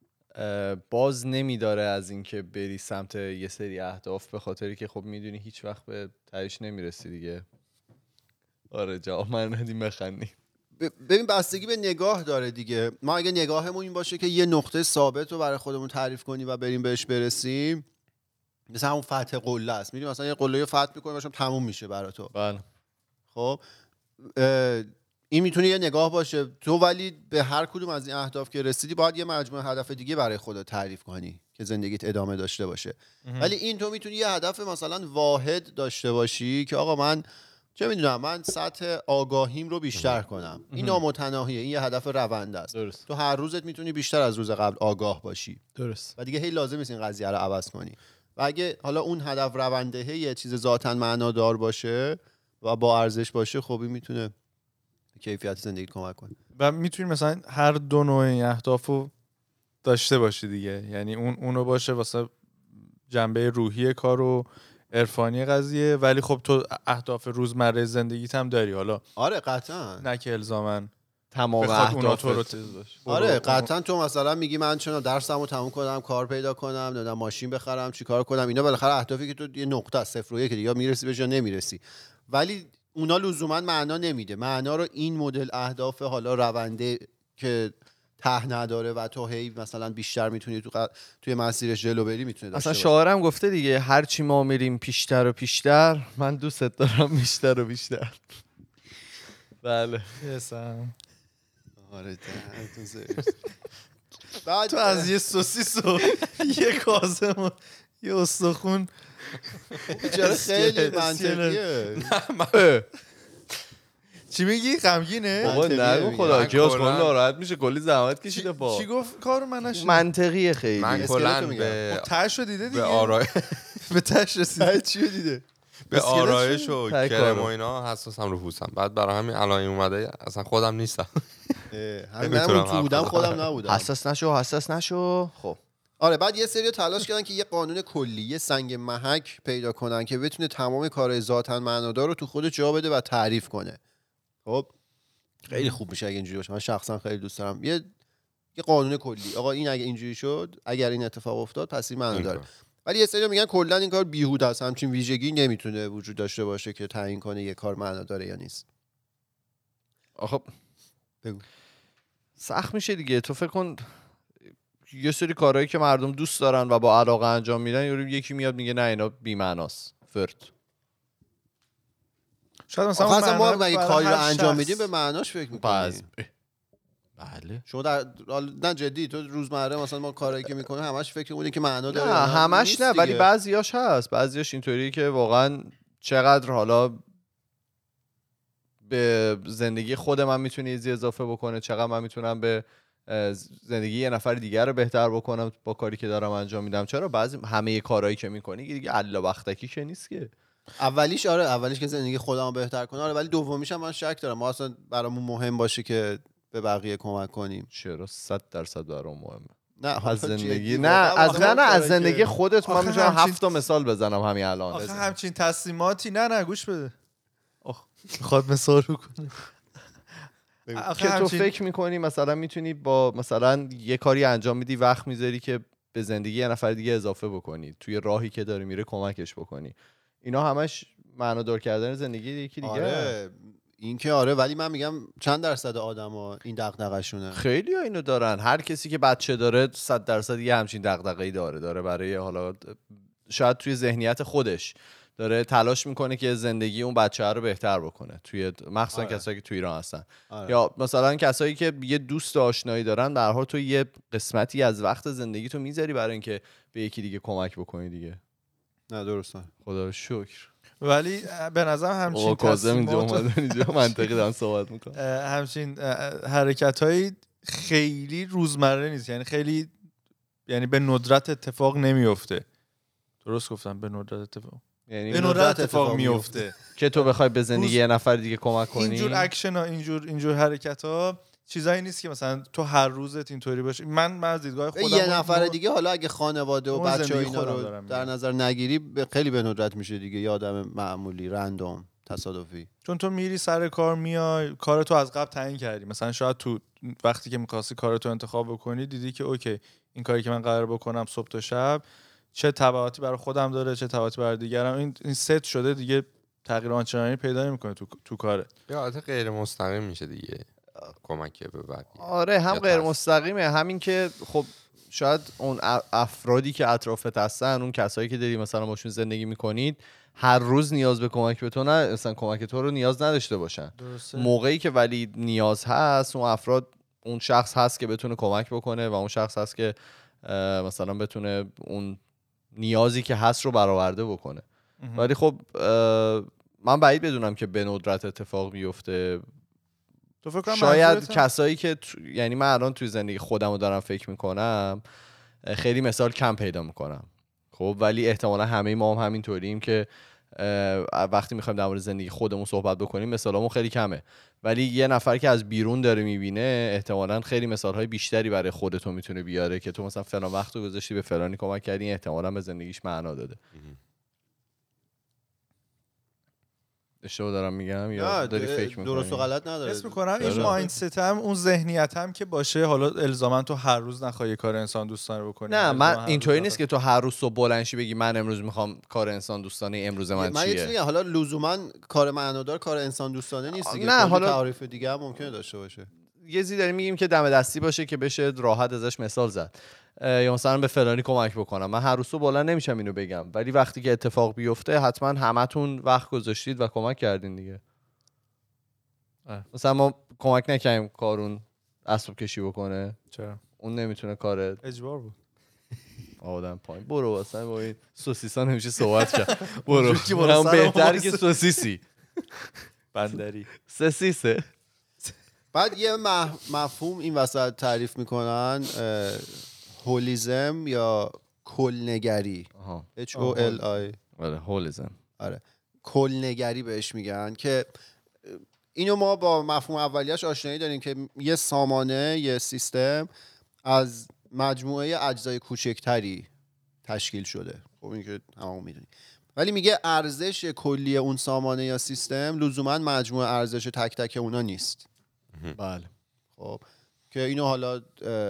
باز نمیداره از اینکه بری سمت یه سری اهداف به خاطری که خب میدونی هیچ وقت به تهش نمیرسی دیگه؟ آره جواب من ندیم بخندی. ببین بستگی به نگاه داره دیگه. ما اگه نگاهمون این باشه که یه نقطه ثابت رو برای خودمون تعریف کنیم و بریم بهش برسیم، مثلا اون فتح قله است، میدونی مثلا یه قله رو فتح می‌کنی باشم تموم میشه برای تو. بله. خب این میتونه یه نگاه باشه تو، ولی به هر کدوم از این اهداف که رسیدی باید یه مجموعه هدف دیگه برای خودت تعریف کنی که زندگیت ادامه داشته باشه. ولی این تو میتونی یه هدف مثلا واحد داشته باشی که آقا من چه میدونم من سطح آگاهیم رو بیشتر کنم. این نامتناهیه، این یه هدف رونده است. درست. تو هر روزت میتونی بیشتر از روز قبل آگاه باشی. درست. و دیگه هی لازم نیست این قضیه رو عوض کنی. و اگه حالا اون هدف روندهه یه چیز ذاتاً معنادار باشه و با ارزش باشه، خب این میتونه کیفیت زندگی کمک کنه. و میتونی مثلا هر دو نوع این اهدافو داشته باشی دیگه، یعنی اون اونو باشه واسه جنبه روحی کار و عرفانی قضیه، ولی خب تو اهداف روزمره زندگیت هم داری. حالا آره قطعاً نه که الزاماً تمام اهداف تو رو آره قطعاً تو مثلا میگی من چون درسمو تموم کنم، کار پیدا کنم، نمیدونم ماشین بخرم، چیکار کنم، اینا بالاخره اهدافی که تو یه نقطه است، صفر و یک دیگه، یا میرسی بهش یا نمیرسی. ولی اونا لزوما معنا نمیده. معنا رو این مدل اهداف حالا رونده که ته نداره و تو هی مثلا بیشتر میتونی تو ق... توی مسیرش جلو بری میتونه داشته باشه. اصلا شاعرم گفته دیگه هر چی ما میریم پیشتر و پیشتر، من دوست دارم بیشتر و بیشتر. بله یسم. آره تو بعد تو از یه سوسیس و یه کازم و یه استخون چرا خیلی منطقیه. چی میگی؟ غمگینه؟ بابا نگو خدا کیاس خون ناراحت میشه، کلی زحمت کشیده با. چی گفت کارو من نشد؟ منطقیه خیلی. من کلا به تهش رو دیده دیگه. به آرای به تهش رسیده. چی دیده؟ به آرایش و کرم و اینا حساسم رو پوستم. بعد برای همین الان اومده اصلا خودم نیستم. همین من تو بودم خودم نبودم. حساس نشو حساس نشو. خب آره بعد یه سری تلاش کردن که یه قانون کلی، یه سنگ محک پیدا کنن که بتونه تمام کارهای ذاتاً معنادار رو تو خود جا بده و تعریف کنه. خب خیلی خوب میشه اگه اینجوری باشه. من شخصا خیلی دوست دارم یه یه قانون کلی. آقا این اگه اینجوری شد، اگر این اتفاق افتاد، پس این معنی داره. ولی یه سری میگن کلا این کار بیهوده است، همچین ویژگی نمیتونه وجود داشته باشه که تعیین کنه یه کار معنا داره یا نیست. خب بگو. سخت میشه دیگه. تو فکر کن یه سری کارهایی که مردم دوست دارن و با علاقه انجام میدن، یکی میاد میگه نه اینا بی معناست. فرد شاید مثلا اصلا ما اگه کاری رو انجام میدیم به معناش فکر میکنیم. بله شما در نه جدی تو روزمره مثلا ما کارهایی که میکنیم همش فکر میکنیم که معنا داره. نه همش نه، ولی بعضیاش هست. بعضیاش اینطوریه که واقعا چقدر حالا به زندگی خود من میتونه یه اضافه بکنه، چقدر من میتونم به زندگی یه نفر دیگر رو بهتر بکنم با کاری که دارم انجام میدم. چرا بعضی همه کارهایی که میکنی دیگه الله بختکی که نیست که. اولیش آره اولیش که زندگی خودمو بهتر کنه آره، ولی دومیش هم من شک دارم ما اصلا برامون مهم باشه که به بقیه کمک کنیم. چرا؟ صد درصد برام مهمه. نه از زندگی نه از نه نه از زندگی خودت. من میتونم هفت تا مثال بزنم همین الان. آخه همچین تصمیماتی نه نه گوش بده. آخ میخواد مثال رو کنه. که تو فکر میکنی مثلا میتونی با مثلا یه کاری انجام میدی، وقت میذاری که به زندگی یه نفر دیگه اضافه بکنی، توی راهی که داره میره کمکش بکنی. اینا همش معنادار کردن زندگی یکی دیگه. آره این که آره، ولی من میگم چند درصد آدما این دغدغه‌شونه؟ خیلی ها اینو دارن. هر کسی که بچه داره صد درصد یه همچین دغدغه‌ای داره داره برای حالا شاید توی ذهنیت خودش داره تلاش میکنه که زندگی اون بچه رو بهتر بکنه، توی مخصوصا آره. کسایی که توی ایران هستن آره. یا مثلا کسایی که یه دوست آشنایی دارن، در حال تو یه قسمتی از وقت زندگی تو میذاری برای اینکه به یکی دیگه کمک بکنی دیگه. نه درسته، خدا رو شکر. ولی به نظر همچین تصمیمات اینجا منطقی دارن صحبت میکنن، همچین حرکت‌های خیلی روزمره نیست، یعنی خیلی یعنی به ندرت اتفاق نمیفته. درست گفتم؟ به ندرت اتفاق یعنی به ندرت اتفاق میفته که تو بخوای به زندگی یه نفر دیگه کمک کنی. اینجور اکشن ها، اینجور اینجور حرکت ها چیزایی نیست که مثلا تو هر روزت اینطوری باشه. من من از دیدگاه خودم یه نفر دیگه حالا اگه خانواده و بچه ها اینا رو در میگم. نظر نگیری خیلی به ندرت میشه دیگه، یه آدم معمولی رندوم تصادفی. چون تو میری سر کار، میای کارتو از قبل تعیین کردی، مثلا شاید تو وقتی که می‌خواستی کارتو انتخاب بکنی دیدی که اوکی این کاری که من قرار بکنم صبح تا شب چه تبعاتی برای خودم داره چه تبعاتی برای دیگران، این این ست شده دیگه، تغییر آنچنانی پیدا نمی‌کنه تو تو کارت. یا البته غیر مستقیم میشه دیگه کمک به بقیه. آره هم غیر مستقیمه، همین که خب شاید اون افرادی که اطرافت هستن، اون کسایی که داری مثلا باشون زندگی میکنید هر روز نیاز به کمک به تو نه، مثلا کمک تو رو نیاز نداشته باشن. درسته. موقعی که ولی نیاز هست اون افراد، اون شخص هست که بتونه کمک بکنه و اون شخص هست که مثلا بتونه اون نیازی که هست رو برآورده بکنه. ولی خب من بعید بدونم که به ندرت اتفاق بیفته. شاید کسایی که تو... یعنی من الان توی زندگی خودم رو دارم فکر میکنم خیلی مثال کم پیدا میکنم خب، ولی احتمالا همه ما هم همینطوریم که وقتی میخوایم در مورد زندگی خودمون صحبت بکنیم مثالامون خیلی کمه، ولی یه نفر که از بیرون داره میبینه احتمالا خیلی مثالهای بیشتری برای خودتون میتونه بیاره که تو مثلا فلان وقت رو گذاشتی به فلانی کمک کردی، احتمالا به زندگیش معنا داده. اشتباه دارم میگم یا داری فکر میکنی؟ درست و غلط نداره. حس میکنم این مایندستم، اون ذهنیتم که باشه، حالا الزاما تو هر روز نخوای کار انسان دوستانه بکنی. نه من اینطوری نیست که تو هر روز صبح بلنشی بگی من امروز میخوام کار انسان دوستانه امروز من, من چیه. من میگم حالا لزوما کار معنادار کار انسان دوستانه نیست دیگه. نه حالا تعریف دیگه هم ممکنه داشته باشه. یه چیزی داریم میگیم که دم دستی باشه که بشه راحت ازش مثال زد، یا مثلا به فلانی کمک بکنم. من هر روز صبح بلند نمیشم اینو بگم، ولی وقتی که اتفاق بیفته حتما همتون وقت گذاشتید و کمک کردین دیگه. اه. مثلا ما کمک نکنیم کارون اسباب کشی بکنه. چرا؟ اون نمیتونه کاره. اجبار بود. آدم پایین برو واسه با این سوسیسا نمیشه صحبت کرد. برو هم بهتر که سوسیسی بندری سوسیسه. بعد یه مفهوم این وسط تعریف میکنن، هولیزم یا کلنگری. H O L I. آره هولیزم. آره کلنگری بهش میگن، که اینو ما با مفهوم اولیش آشنایی داریم که یه سامانه، یه سیستم از مجموعه اجزای کوچکتری تشکیل شده. خب این که همون میدونی. ولی میگه ارزش کلی اون سامانه یا سیستم لزوما مجموعه ارزش تک تک اونا نیست. بله. خب که اینو حالا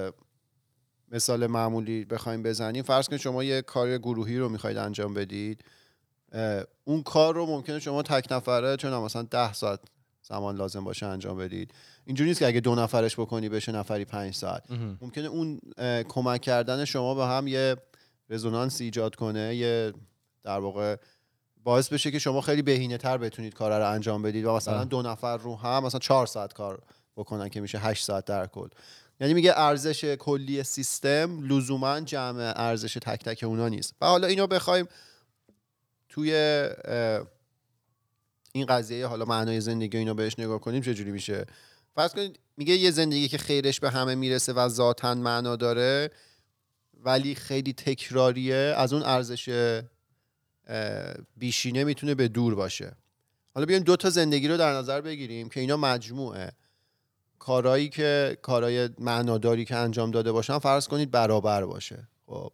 مثال معمولی بخوایم بزنیم، فرض کنید شما یه کار گروهی رو میخواید انجام بدید، اون کار رو ممکنه شما تک نفره چون مثلا ده ساعت زمان لازم باشه انجام بدید. اینجوری نیست که اگه دو نفرش بکنی بشه نفری پنج ساعت. ممکنه اون کمک کردن شما به هم یه رزونانس ایجاد کنه، یه در واقع باعث بشه که شما خیلی بهینه تر بتونید کار رو انجام بدید و مثلا دو نفر رو هم مثلا چهار ساعت کار بکنن که میشه هشت ساعت در کل. یعنی میگه ارزش کلی سیستم لزوما جمع ارزش تک تک اونا نیست. و حالا اینو بخوایم توی این قضیه حالا معنای زندگی اینو بهش نگاه کنیم چجوری میشه؟ فرض کنید میگه یه زندگی که خیرش به همه میرسه و ذاتاً معنا داره ولی خیلی تکراریه، از اون ارزش بیشینه میتونه به دور باشه. حالا بیایم دو تا زندگی رو در نظر بگیریم که اینا مجموعه کارهایی که کارهای معناداری که انجام داده باشن فرض کنید برابر باشه. خب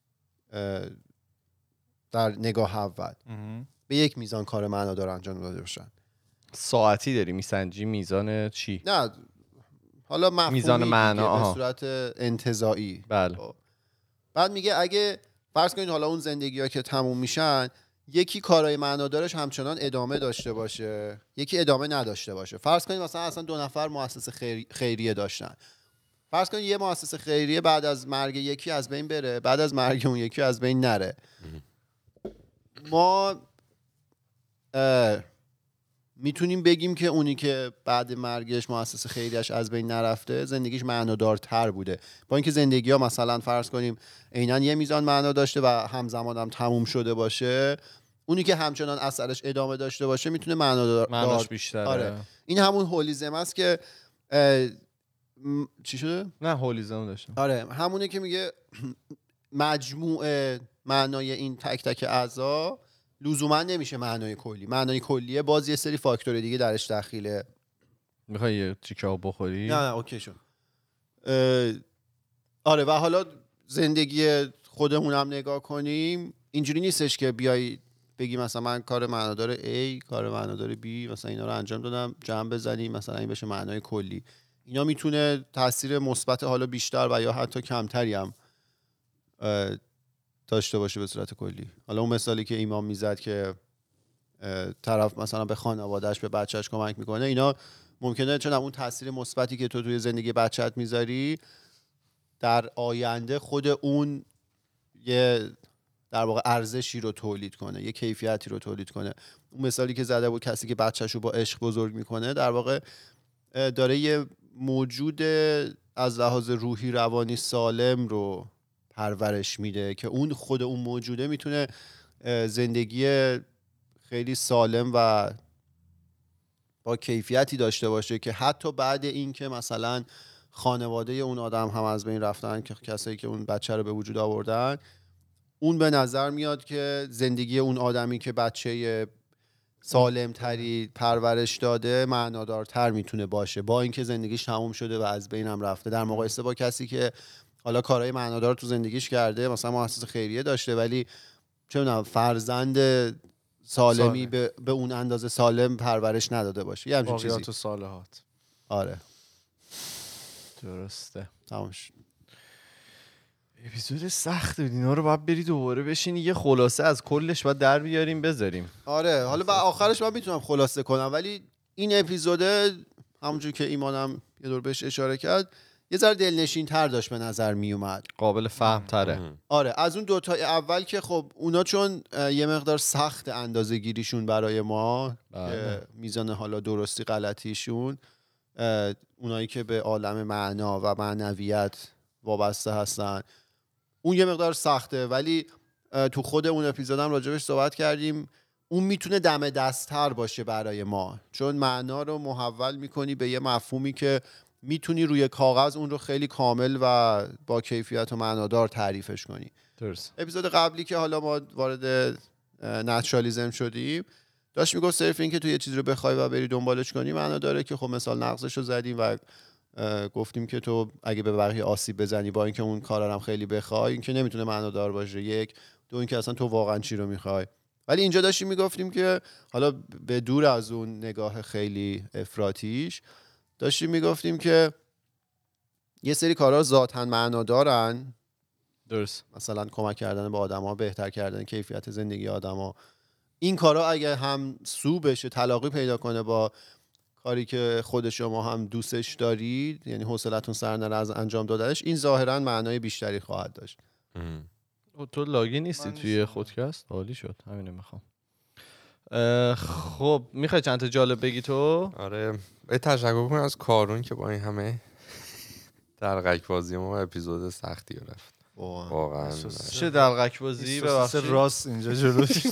در نگاه اول به یک میزان کار معنادار انجام داده باشن. ساعتی داری میسنجی میزان چی؟ نه حالا مفهومی میزان معنا به صورت انتزاعی. بله. خب. بعد میگه اگه فرض کنید حالا اون زندگی‌ها که تموم میشن یکی کارهای معنادارش همچنان ادامه داشته باشه، یکی ادامه نداشته باشه. فرض کنید مثلا اصلا دو نفر مؤسسه خیر... خیریه داشتن. فرض کنید یه مؤسسه خیریه بعد از مرگ یکی از بین بره، بعد از مرگ اون یکی از بین نره. ما میتونیم بگیم که اونی که بعد مرگش مؤسسه خیریش از بین نرفته زندگیش معنادارتر بوده، با اینکه زندگی ها مثلا فرض کنیم عیناً یه میزان معنا داشته و همزمان هم تموم شده باشه، اونی که همچنان اثرش ادامه داشته باشه میتونه معنادار معناش بیشتره. آره. این همون هولیزم است که م... چی شده؟ نه هولیزم داشتم. آره همونه که میگه مجموعه معنای این تک تک اعضا لزوما نمیشه معنای کلی. معنای کلیه باز یه سری فاکتور دیگه درش دخیله. میخوای یه تیکه آب بخوری؟ نه نه اوکی شد. آره و حالا زندگی خودمون هم نگاه کنیم، اینجوری نیستش که بیای بگی مثلا من کار معنادار A، کار معنادار B، مثلا اینا رو انجام دادم جمع بزنیم مثلا این بشه معنای کلی. اینا میتونه تاثیر مثبت حالا بیشتر و یا حتی کمتری هم داشته باشه به صورت کلی. حالا اون مثالی که ایمان میزد که طرف مثلا به خانواده‌اش به بچه‌اش کمک میکنه، اینا ممکنه چون اون تاثیر مثبتی که تو توی زندگی بچه‌ت میذاری در آینده خود اون یه در واقع ارزشی رو تولید کنه، یه کیفیتی رو تولید کنه. اون مثالی که زده بود کسی که بچه‌شو با عشق بزرگ میکنه در واقع داره یه موجود از لحاظ روحی روانی سالم رو پرورش میده که اون خود اون موجوده میتونه زندگی خیلی سالم و با کیفیتی داشته باشه که حتی بعد این که مثلا خانواده اون آدم هم از بین رفتن، که کسایی که اون بچه رو به وجود آوردن، اون به نظر میاد که زندگی اون آدمی که بچه سالم تری پرورش داده معنادارتر میتونه باشه با اینکه زندگیش تموم شده و از بین هم رفته، در مقایسه با کسی که حالا کارهای معنادار تو زندگیش کرده، مثلا مؤسسه خیریه داشته ولی چه میدونم فرزند سالمی به, به اون اندازه سالم پرورش نداده باشه، یه همچین چیزی. واقعیات و صالحات. آره درسته. تمام شد. اپیزود سخت بود، اینا رو باید بری دوباره بشینی یه خلاصه از کلش باید در بیاریم بذاریم. آره حالا با آخرش من میتونم خلاصه کنم، ولی این اپیزود همونجور که ایمانم یه دور بهش اشاره کرد یه ذره دلنشین تر داشت به نظر می اومد، قابل فهم تره. آره از اون دوتای اول که خب اونا چون یه مقدار سخت اندازه گیریشون برای ما که میزان حالا درستی غلطیشون، اونایی که به عالم معنا و معنویت وابسته هستن اون یه مقدار سخته، ولی تو خود اون اپیزودم راجبش صحبت کردیم، اون میتونه دم دست‌تر باشه برای ما چون معنا رو محول میکنی به یه مفهومی که میتونی روی کاغذ اون رو خیلی کامل و با کیفیت و معنادار تعریفش کنی. درست. اپیزود قبلی که حالا ما وارد نچرالیسم شدیم داشت میگفت صرف این که تو یه چیزی رو بخوای و بری دنبالش کنی معنا داره، که خب مثال نقضش رو زدیم و گفتیم که تو اگه به بقیه آسیب بزنی با اینکه اون کارا هم خیلی بخوای، این که نمیتونه معنادار باشه. یک دو اینکه اصلا تو واقعا چی رو میخوای. ولی اینجا داشتیم میگفتیم که حالا به دور از اون نگاه خیلی افراطیش داشتیم میگفتیم که یه سری کارا ذاتاً معنا دارن، درست، مثلا کمک کردن به آدما، بهتر کردن کیفیت زندگی آدما. این کارا اگه هم سو بشه، تلاقی پیدا کنه با کاری که خود شما هم دوستش دارید، یعنی حوصلتون سر نره از انجام دادنش، این ظاهراً معنای بیشتری خواهد داشت. تو لاگی نیستی توی خودکست؟ عالی شد، همینو میخوام. خب میخوای چند تا جالب بگی تو؟ آره به تشکر کنم از کارون که با این همه دلقک بازی ما اپیزود سختی رفت. واقعا چه دلقک بازی؟ ببخشید راست اینجا جلوش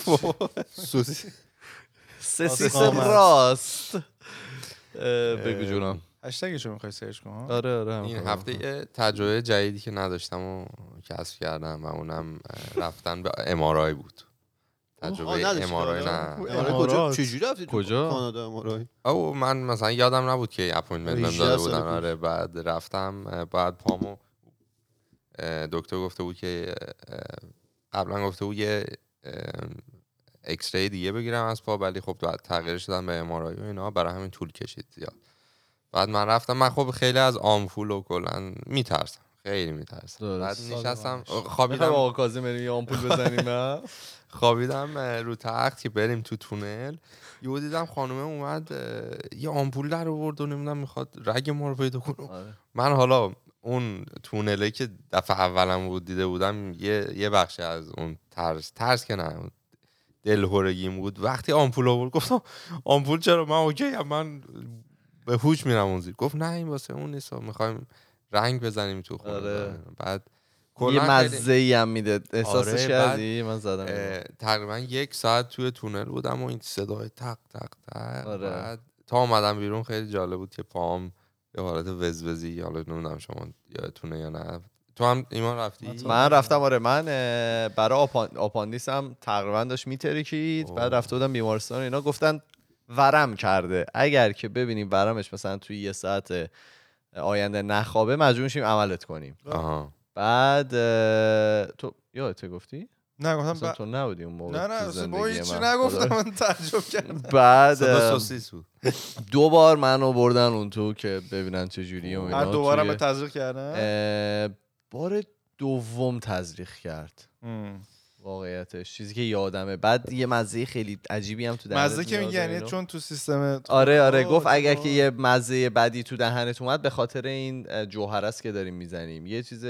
سوسیس راست. بگو جونم. هشتگشو میخوای سرچ کنم؟ آره آره. این هفته یه تجربه جدیدی که نداشتم و کسب کردم و اونم رفتن به ام آر آی بود. تجربه ام آر آی. نه کجا چجوری رفتی کجا؟ کانادا ام آر آی؟ او من مثلا یادم نبود که اپوینتمنت داده بودن. آره بعد رفتم، بعد پامو دکتر گفته بود که قبلا گفته بود یه ایکس ری دیگه بگیرم از پا، ولی خب بعد تغییرش دادن به ام آر آی و اینا، برای همین طول کشید زیاد. بعد من رفتم، من خب خیلی از آمپول و کلا میترسم، خیلی میترسم. بعد نشستم خوابیدم. میخوام آقا کاظم بریم یه آمپول بزنیم. نه خوابیدم رو تخت که بریم تو تونل، یهو دیدم خانومه اومد یه آمپول در آورد و نمیدونم میخواد رگ ما رو پیدا کنه. آره. من حالا اون تونله که دفعه اولم بود دیده بودم، یه یه بخش از اون ترس ترس که نه دلهورگیم بود. وقتی آمپول آورد گفتم آمپول چرا؟ من اوکی ام، من به هوش میرم اون زیر. گفت نه این واسه اون نیست، میخوایم رنگ بزنیم تو خونه. آره. بعد یه مزه‌ای هم میده، احساسش آره کردی؟ من زدم تقریبا یک ساعت توی تونل بودم و این صدای تق تق تق. آره. بعد تا اومدم بیرون خیلی جالب بود که پام به حالت وزوزی، حالا نمیدونم شما یادتونه یا نه، تو هم ایمان رفتی؟ من رفتم آره. من برای آپان... آپاندیسم تقریبا داشت میترکید، بعد رفته بودم بیمارستان. اینا گفتن ورم کرده، اگر که ببینیم ورمش مثلا توی یه ساعت آینده نخوابه مجبور میشیم عملت کنیم. آها. بعد تو یادت گفتی؟ نه گفتم با... تو نبودی اون موقع. نه نه اصلا با هیچی نگفتم، من تعجب کردم. بعد سوسیس بود. دو بار منو بردن اون تو که ببینن چه جوریه و اینا. هر دوباره توی... هم تزریق کردن؟ بار دوم تزریق کرد واقعیتش، چیزی که یادمه. بعد یه مزه خیلی عجیبی هم تو دهنت مزه که میگه یعنی چون تو سیستم آره آره گفت اگر که یه مزه بدی تو دهنت اومد به خاطر این جوهر است که داریم میزنیم، یه چیز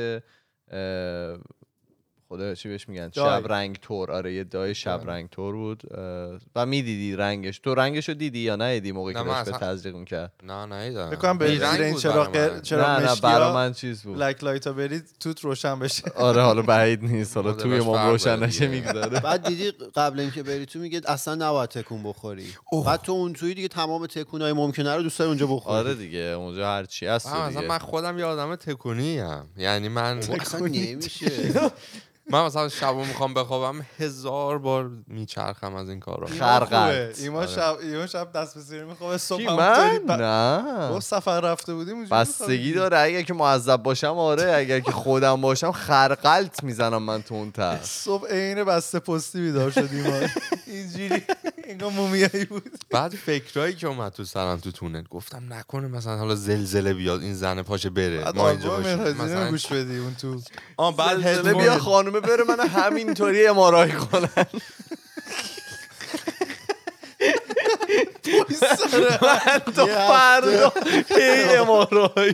خدا چی بهش میگن شب رنگ تور. آره یه دای شب رنگ تور بود و میدیدی رنگش. تو رنگشو دیدی یا ندیدی موقعی که داشت به تزریق میکرد؟ نه ندیدم. بکنم به این چراغ چراغ نه نه برای من چیز بود بلک لایتا برید توت روشن بشه. آره حالا بعید نیست حالا توی ما روشن نشه میگذاره. بعد دیدی قبل اینکه بری تو میگه اصلا نباید تکون بخوری، بعد تو اون توی دیگه تمام تکونای ممکنه رو دوست داری اونجا بخوری. آره دیگه اونجا هر چی هست دیگه. مثلا من خودم یه آدم تکونی ام، یعنی من اصلا نمیشه. من مثلا شبو میخوام بخوابم هزار بار میچرخم از این کارا. خرقت ایمان شب ایمان شب دست به سیر میخوابه صبح من ب... نه با سفر رفته بودیم بستگی داره. اگر که معذب باشم آره، اگر که خودم باشم خرقلت میزنم من تو اون ته. صبح عین بسته پستی بیدار شدیم اینجوری انگار مومیایی بود. بعد فکرایی که اومد تو سرم تو تونل گفتم نکنه مثلا حالا زلزله بیاد این زن پاشه بره ما اینجا باشیم مثلا گوش بدی اون تو آ بعد زلزله بیا خانومه بره من همینطوری امارای کنن. من تو فردا هی امارای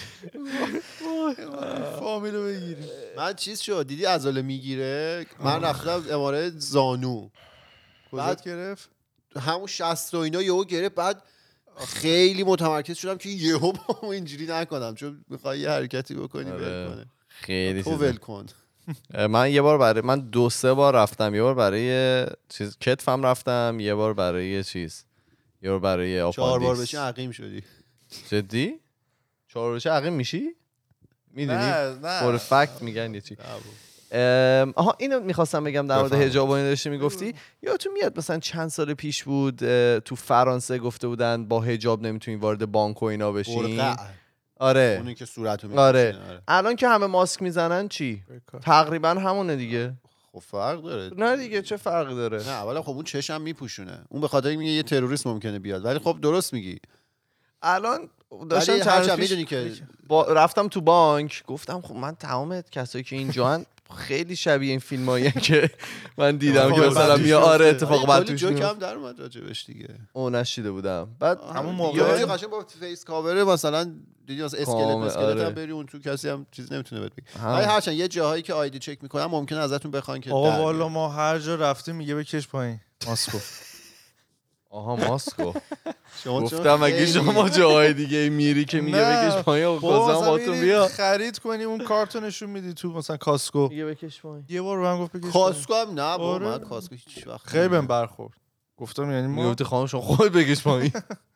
فامیلو بگیریم. من چیز شد دیدی عضله میگیره، من رفتم امارای زانو. بعد گرفت همون شصت و اینا یهو گرفت. بعد خیلی متمرکز شدم که یهو با اینجوری نکنم، چون میخوای یه حرکتی بکنی ول کنه. خیلی تو ول کن. من یه بار برای من دو سه بار رفتم، یه بار برای چیز کتفم رفتم، یه بار برای چیز، یه بار برای آپاندیکس. چهار بار بشی عقیم شدی. جدی؟ چهار بار بشی عقیم میشی؟ میدونی؟ نه نه فور فکت میگن یه چی. آها اینو میخواستم بگم در مورد حجاب و این داشتی میگفتی. یادتون میاد مثلا چند سال پیش بود تو فرانسه گفته بودن با حجاب نمیتونی وارد بانک و اینا بشین. آره اونی که صورتو می‌کشن. آره الان که همه ماسک میزنن چی تقریبا همونه دیگه. خب فرق داره. نه دیگه چه فرقی داره؟ نه اولا خب اون چشم میپوشونه، اون به خاطر میگه یه تروریست ممکنه بیاد، ولی خب درست میگی. الان داشتم چند میدونی که با... رفتم تو بانک گفتم خب من تمام کسایی که اینجان خیلی شبیه این فیلمایی که من دیدم که مثلا میاد آره اتفاق بعد توش جو کم در اومد راجبش دیگه. اون نشیده بودم. بعد همون موقع قشنگ با فیس کاور مثلا دیدی از اسکلت اسکلت هم بری اون تو کسی هم چیز نمیتونه بهت بگه. ولی هرچند یه جاهایی که آیدی چک میکنن ممکنه ازتون بخوان که آقا والا ما هر جا رفتیم میگه بکش پایین ماسکو. آها ماسکو گفتم اگه شما جاهای دیگه میری که میگه بکش پایین و کازم هاتون بیا خرید کنی اون کارتو نشون میدی تو مثلا کاسکو میگه بکش پایین. یه بار من گفت بکش کاسکو هم نه با من کاسکو هیچ وقت خیلی بهم برخورد. گفتم یعنی ما میگفت خانم شما خود بکش پایین.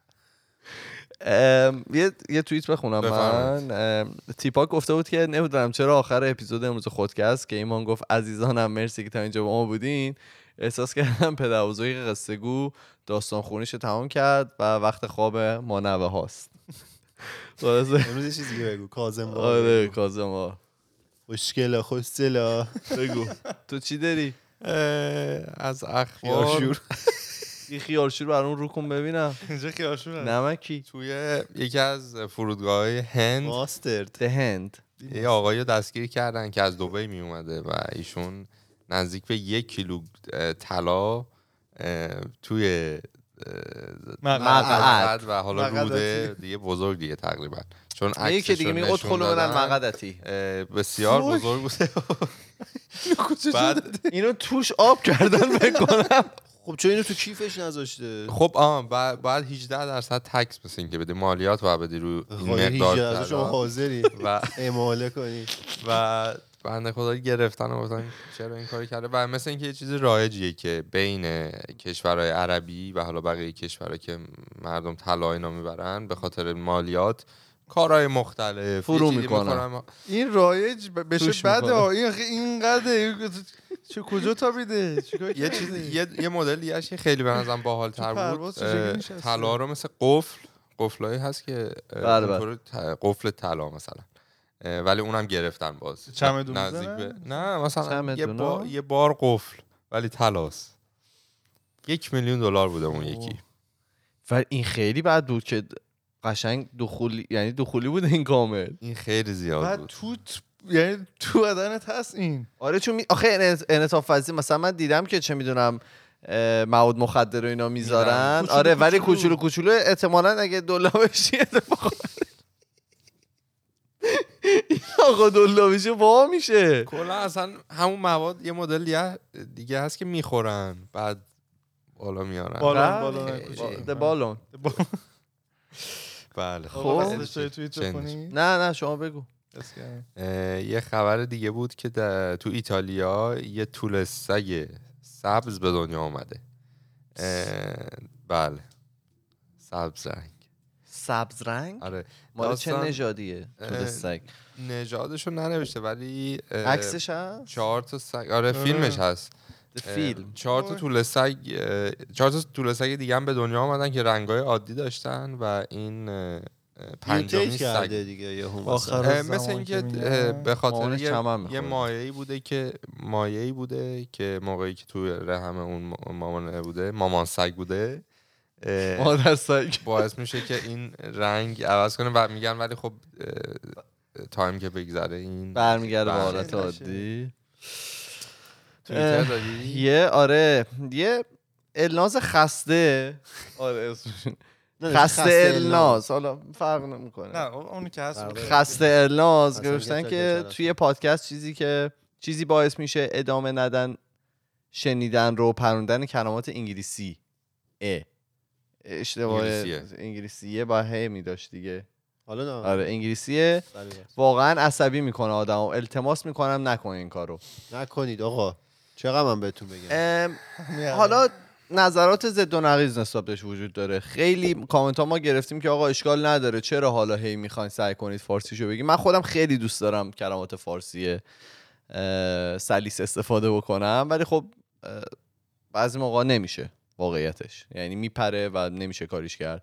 یه یه توییت بخونم من. تیپاک گفته بود که نمیدونم چرا آخر اپیزود امروز خودکست که ایمان گفت عزیزانم مرسی که تا اینجا با ما بودین، احساس کردم پدر بزرگ قصه گو داستان خونیش رو تمام کرد و وقت خواب ما نوه هاست. امروز یه چیزی بگو کاظم. آره کاظم خوشگلا خوشگلا بگو تو چی داری از اخبار؟ یه خیارشور برام رو کن ببینم. اینجا خیارشور نمکی توی یکی از فرودگاه‌های هند ماسترد هند یه آقایی دستگیر کردن که از دبی می اومده و ایشون نزدیک به یک کیلو طلا توی مقعد و حالا روده دیگه بزرگ دیگه تقریبا، چون عکسش دیگه میگه ادخلوا من المقعدتی بسیار بزرگ بوده. بعد اینو توش آب کردن بکنم. خب چون اینو تو کیفش نذاشته. خب آه بعد بعد هجده درصد تکس مثل این که بده مالیات و بدی رو این مقدار شما حاضری و اماله کنی و بنده خدا گرفتن و گفتن چرا این کاری کرده. و مثل اینکه یه چیز رایجیه که بین کشورهای عربی و حالا بقیه کشورها که مردم طلا اینا میبرن به خاطر مالیات کارهای مختلف فرو میکنن. این رایج بشه بده این اینقدر چه کجا تا بیده یه چیز یه یه مدل دیگه که خیلی به نظرم باحال‌تر بود، طلا رو مثل قفل قفلایی هست که اینطور قفل طلا مثلا، ولی اونم گرفتن باز چمدون نزدیک به نه مثلا یه بار یه بار قفل ولی طلاست. یک میلیون دلار بوده اون یکی. و این خیلی بد بود که قشنگ دخولی، یعنی دخولی بود این کامل. این خیلی زیاد بود. تو یعنی تو بدنت هست این. آره چون می... آخه انعطاف پذیر مثلا من دیدم که چه میدونم مواد مخدر و اینا میذارن. آره ولی کوچولو کوچولو احتمالاً اگه دلا بشی اتفاقا آقا دلا بشه وا میشه. کلا اصلا همون مواد یه مدل دیگه دیگه هست که میخورن بعد بالا میارن. بالون بالون ده بالون. بله خب نه نه شما بگو. یه خبر دیگه بود که تو ایتالیا یه طول سگ سبز به دنیا آمده. بله سبز رنگ. سبز رنگ؟ آره. مال چه نژادیه طول سگ؟ نژادشو ننوشته ولی عکسش هست؟ چهار تا سگ. آره فیلمش هست. فیلم چهار تا طول سگ چهار تا طول سگ دیگه هم به دنیا آمدن که رنگ‌های عادی داشتن و این پنجمین سگ دیگه یه مثل اینکه به خاطر یه, یه مایعی بوده که مایعی بوده که موقعی که توی رحم اون مامان بوده مامان سگ بوده مادر سگ باعث میشه که این رنگ عوض کنه و میگن ولی خب تایم که بگذره این برمیگرده به حالت عادی. توییتر داری؟ یه آره یه الناز خسته آره اسمش خسته الناز، حالا فرق نمیکنه. نه اونی که هست خسته الناز گفتن که توی پادکست چیزی که چیزی باعث میشه ادامه ندن شنیدن رو پروندن کلمات انگلیسی ا اشتباه انگلیسیه با هی میداشت دیگه. حالا نه آره انگلیسیه واقعا عصبی میکنه آدمو. التماس میکنم نکنین این کارو. نکنید آقا. چقدر من بهتون بگم. حالا نظرات ضد و نقیض نسبت بهش وجود داره. خیلی کامنت ها ما گرفتیم که آقا اشکال نداره چرا حالا هی میخواین سعی کنید فارسیشو بگید. من خودم خیلی دوست دارم کلمات فارسی سلیس استفاده بکنم ولی خب بعضی موقع نمیشه واقعیتش، یعنی میپره و نمیشه کاریش کرد.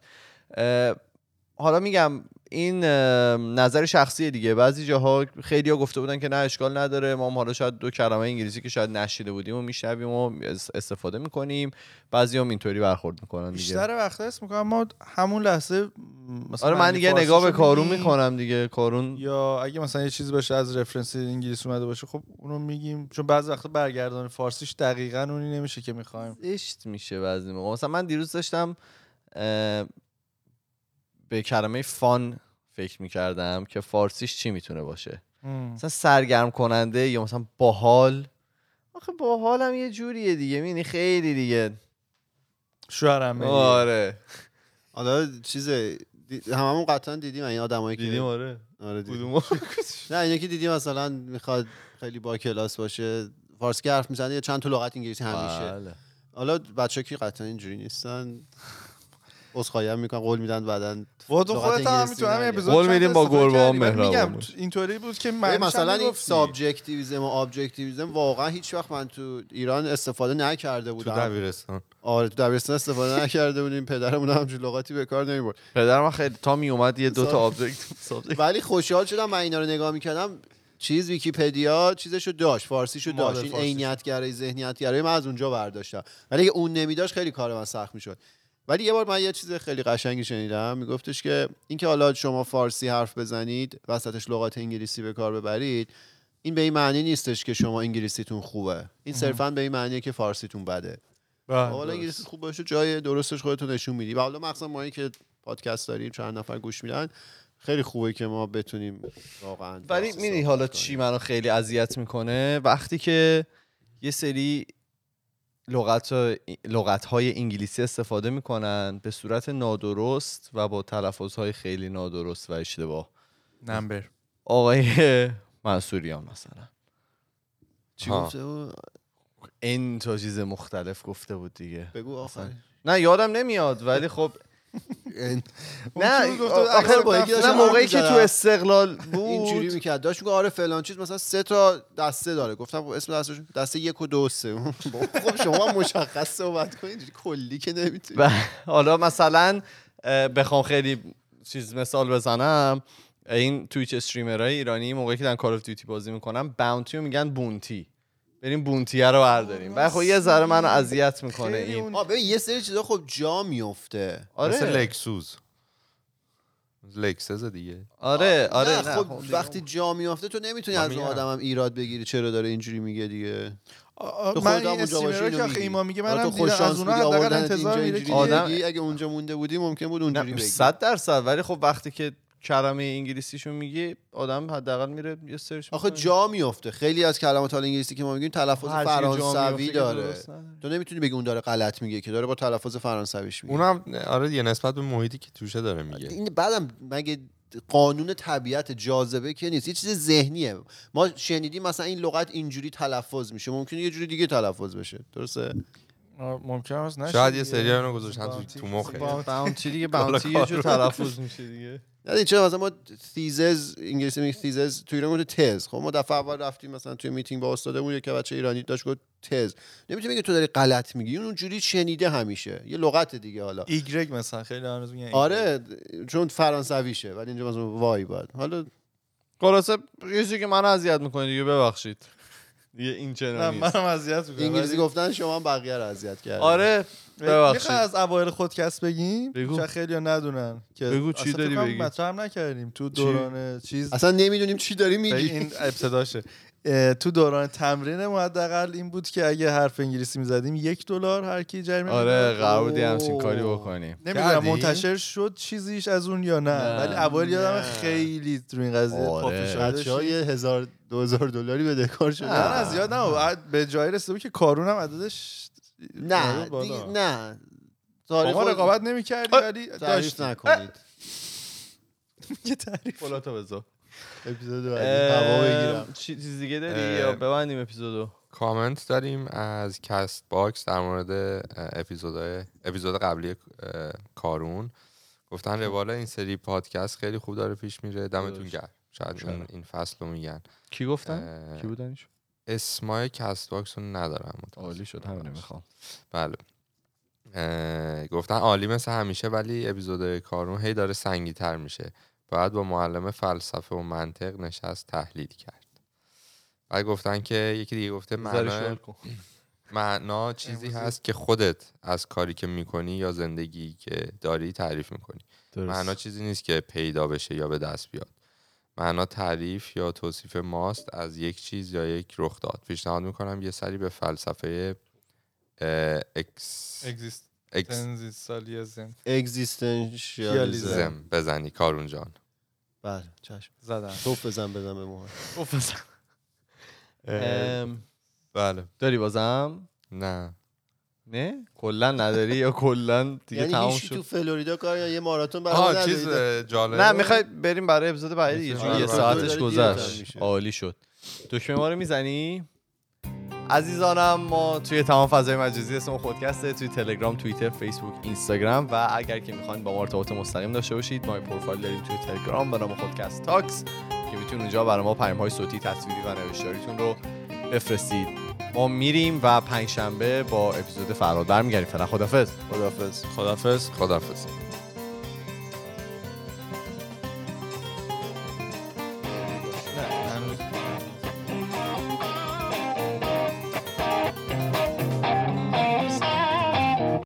حالا میگم این نظر شخصی دیگه. بعضی جاها خیلی‌ها گفته بودن که نه اشکال نداره، ما حالا شاید دو کلمه انگلیسی که شاید نشیده بودیم و میشنویم و استفاده میکنیم. بعضی‌ها اینطوری برخورد میکنن دیگه. بیشتر وقتا اسم میکنم ما همون لحظه مثلا آره من دیگه نگاه به کارون میکنم دیگه. کارون یا اگه مثلا یه چیزی باشه از رفرنس انگلیسی اومده باشه خب اونو میگیم، چون بعضی وقتا برگردان فارسیش دقیقاً اونی نمیشه که میخوایم. اشت میشه بعضی موقع. مثلا من دیروز داشتم به کلمه فان فکر میکردم که فارسیش چی میتونه باشه. ام. مثلا سرگرم کننده یا مثلا باحال. آخه باحال هم یه جوریه دیگه، میبینی خیلی دیگه شوهرم. آره حالا چیزه هممون قطعا دیدیم این آدمایی که دیدیم. آره آره دیدیم. نه اینه که دیدیم مثلا میخواد خیلی با کلاس باشه فارسی حرف میزنه یا چند تا لغت انگلیسی همیشه. بله. حالا بچه‌ها که قطعا اینجوری نیستن عذرخواهی هم میکنن، قول میدن بعدن و تو خودت هم تو همین اپیزود قول میدیم با گربه ها مهربان. میگم اینطوری بود که من مثلا این سابجکتیویسم و ابجکتیویسم واقعا هیچ وقت من تو ایران استفاده نکرده بودم. تو دبیرستان آره تو دبیرستان استفاده نکرده بودیم. پدرمون هم همچین لغاتی به کار نمیبرد. پدرم خیلی تا می اومد یه دو تا ابجکت ولی خوشحال شدم من اینا رو نگاه میکردم. چیز ویکی‌پدیا چیزشو داشت، فارسیشو داشت، این عینیت‌گرایی ذهنیت‌گرایی من از اونجا برداشتم. ولی اگه اون نمیداشت خیلی کار من سخت میشد. ولی یه بار من یه چیز خیلی قشنگی شنیدم میگفتش که اینکه حالا شما فارسی حرف بزنید وسطش لغات انگلیسی به کار ببرید این به این معنی نیستش که شما انگلیسیتون خوبه. این صرفاً به این معنیه که فارسیتون بده. حالا انگلیسی خوب باشه جای درستش خودتون نشون میدی. و حالا مخصوصا مایی که پادکست داریم چند نفر گوش میدن خیلی خوبه که ما بتونیم واقعا. ولی میدونی حالا چی منو خیلی اذیت میکنه وقتی که یه سری لغت لغت‌های انگلیسی استفاده میکنن به صورت نادرست و با تلفظهای خیلی نادرست و اشتباه. نمبر آقای منصوریان مثلا چی گفته بود؟ این تا چیز مختلف گفته بود دیگه. بگو آخر. نه یادم نمیاد ولی خب نه آخر با یکی نه موقعی که تو استقلال بود اینجوری میکرد داشت میگه آره فلان چیز مثلا سه تا دسته داره. گفتم اسم دستش دسته یک و دو و سه. خب شما مشخص صحبت کنید اینجوری کلی که نمیتونید. حالا مثلا بخوام خیلی چیز مثال بزنم، این تویچ استریمرهای ایرانی موقعی که دارن کال اف دیوتی بازی میکنن باونتی رو میگن بونتی، بریم بونتیه رو برداریم. بعد خب یه ذره منو اذیت میکنه این. آ ببین یه سری چیزا خب جا میفته. آره مثل لکسوس لکسس دیگه. آره آره خب وقتی جا میفته تو نمیتونی از اون آدمم ایراد بگیری چرا داره اینجوری میگه دیگه. تو من این استریمرها که آخه ایمان میگه منم دیدم از اونها حداقل انتظار میره آدم اگه اونجا مونده بودی ممکن بود اونجوری بگی. صد درصد. ولی خب وقتی که کلمه انگلیسیشو میگی آدم حداقل میره یه سرچ آخه جا میفته. خیلی از کلمات انگلیسی که ما میگیم تلفظ فرانسوی داره. تو نمیتونی بگی اون داره غلط میگه که داره با تلفظ فرانسویش میگه. اونم آره یه نسبت به محیطی که توشه داره میگه. این بعدم مگه قانون طبیعت جاذبه که نیست، یه چیز ذهنیه. ما شنیدیم مثلا این لغت اینجوری تلفظ میشه، ممکنه یه جوری دیگه تلفظ بشه. درسته؟ ممکنه است نشه. شاید یه سری اونو گذاشتن تو تو مخه. باونتی دیگه باونتی یه جور تلفظ میشه دیگه. یعنی چرا مثلا ما تیزز انگلیسی میگیم تیزز، تو ایران میگن تز. خب ما دفعه اول رفتیم مثلا توی میتینگ با استادمون یک بچه ایرانی داشت گفت تز. نمیتونی بگی تو داری غلط میگی، اون جوری شنیده همیشه. یه لغت دیگه. حالا ایگرگ مثلا خیلی هنوز میگن آره چون فرانسویشه ولی اینجا مثلا وای بعد. حالا خلاصه یه چیزی که منو اذیت میکنه دیگه ببخشید. دیگه این چنین نیست. منم اذیت میکنم. انگلیسی گفتن شما هم بقیه رو اذیت کردید. آره ببخشید. میخوای از اوایل خودکست بگیم چون خیلی‌ها ندونن که بگو چی داری بگی. مطرح نکردیم تو دوران چیز اصلا نمیدونیم چی داری میگی. این ابتداشه. تو دوران تمرین ما حداقل این بود که اگه حرف انگلیسی میزدیم یک دلار هر کی جریمه. آره قرار بود همچین کاری بکنیم. نمیدونم منتشر شد چیزیش از اون یا نه، ولی اوایل یادم خیلی تو این قضیه پاپ شده. بچه‌های هزار دو هزار دلاری بده کار شده. نه از زیاد نه به جای رسیده بود که کارون هم عددش نه دیگه نه تاریخ ما رقابت نمی‌کردیم ولی داشت نکنید. یه تعریف فلاتو بذار اپیزود بعدی هوا بگیرم. چیز دیگه داری یا ببندیم اپیزودو؟ کامنت داریم از کست باکس در مورد اپیزودهای اپیزود قبلی کارون. گفتن روال این سری پادکست خیلی خوب داره پیش میره، دمتون گرم. شاید اون این فصل رو میگن. کی گفتن؟ کی بودنش؟ اسمای کست باکس رو ندارم. عالی شد همین میخوام. بله. گفتن عالی مثل همیشه ولی اپیزود کارون هی داره سنگین‌تر میشه. باید با معلم فلسفه و منطق نشست تحلیل کرد. بعد گفتن که یکی دیگه گفته معنا معنا چیزی هست که خودت از کاری که میکنی یا زندگی که داری تعریف میکنی. معنا چیزی نیست که پیدا بشه یا به دست بیاد. معنا تعریف یا توصیف ماست از یک چیز یا یک رخ داد. پیشنهاد میکنم یه سری به فلسفه اکس اگزیستانسیالیسم اگزیستانسیالیسم بزنی کارون جان. بله چشم زدم. توف بزن بزن به مهر. توف بزن. بله. داری بازم؟ نه. نه؟ کلا نداری یا کلا دیگه تمام شد؟ یعنی تو فلوریدا کار یا یه ماراتون برای نداری؟ چیز جالب. نه میخوای بریم برای اپیزود بعدی دیگه چون یه ساعتش گذشت. عالی شد. دکمه ما رو میزنی؟ عزیزانم ما توی تمام فضای مجازی اسم خودکسته، توی تلگرام، توییتر، فیسبوک، اینستاگرام و اگر که میخواین با ما ارتباط مستقیم داشته باشید ما پروفایل داریم توی تلگرام به نام خودکست تاکس که میتونید اونجا برای ما پیام‌های صوتی، تصویری و نوشتاریتون رو بفرستید. ما میریم و پنجشنبه با اپیزود فردا برمیگردیم. فعلا خدافظ. خدافظ. خدافظ. خدافظ.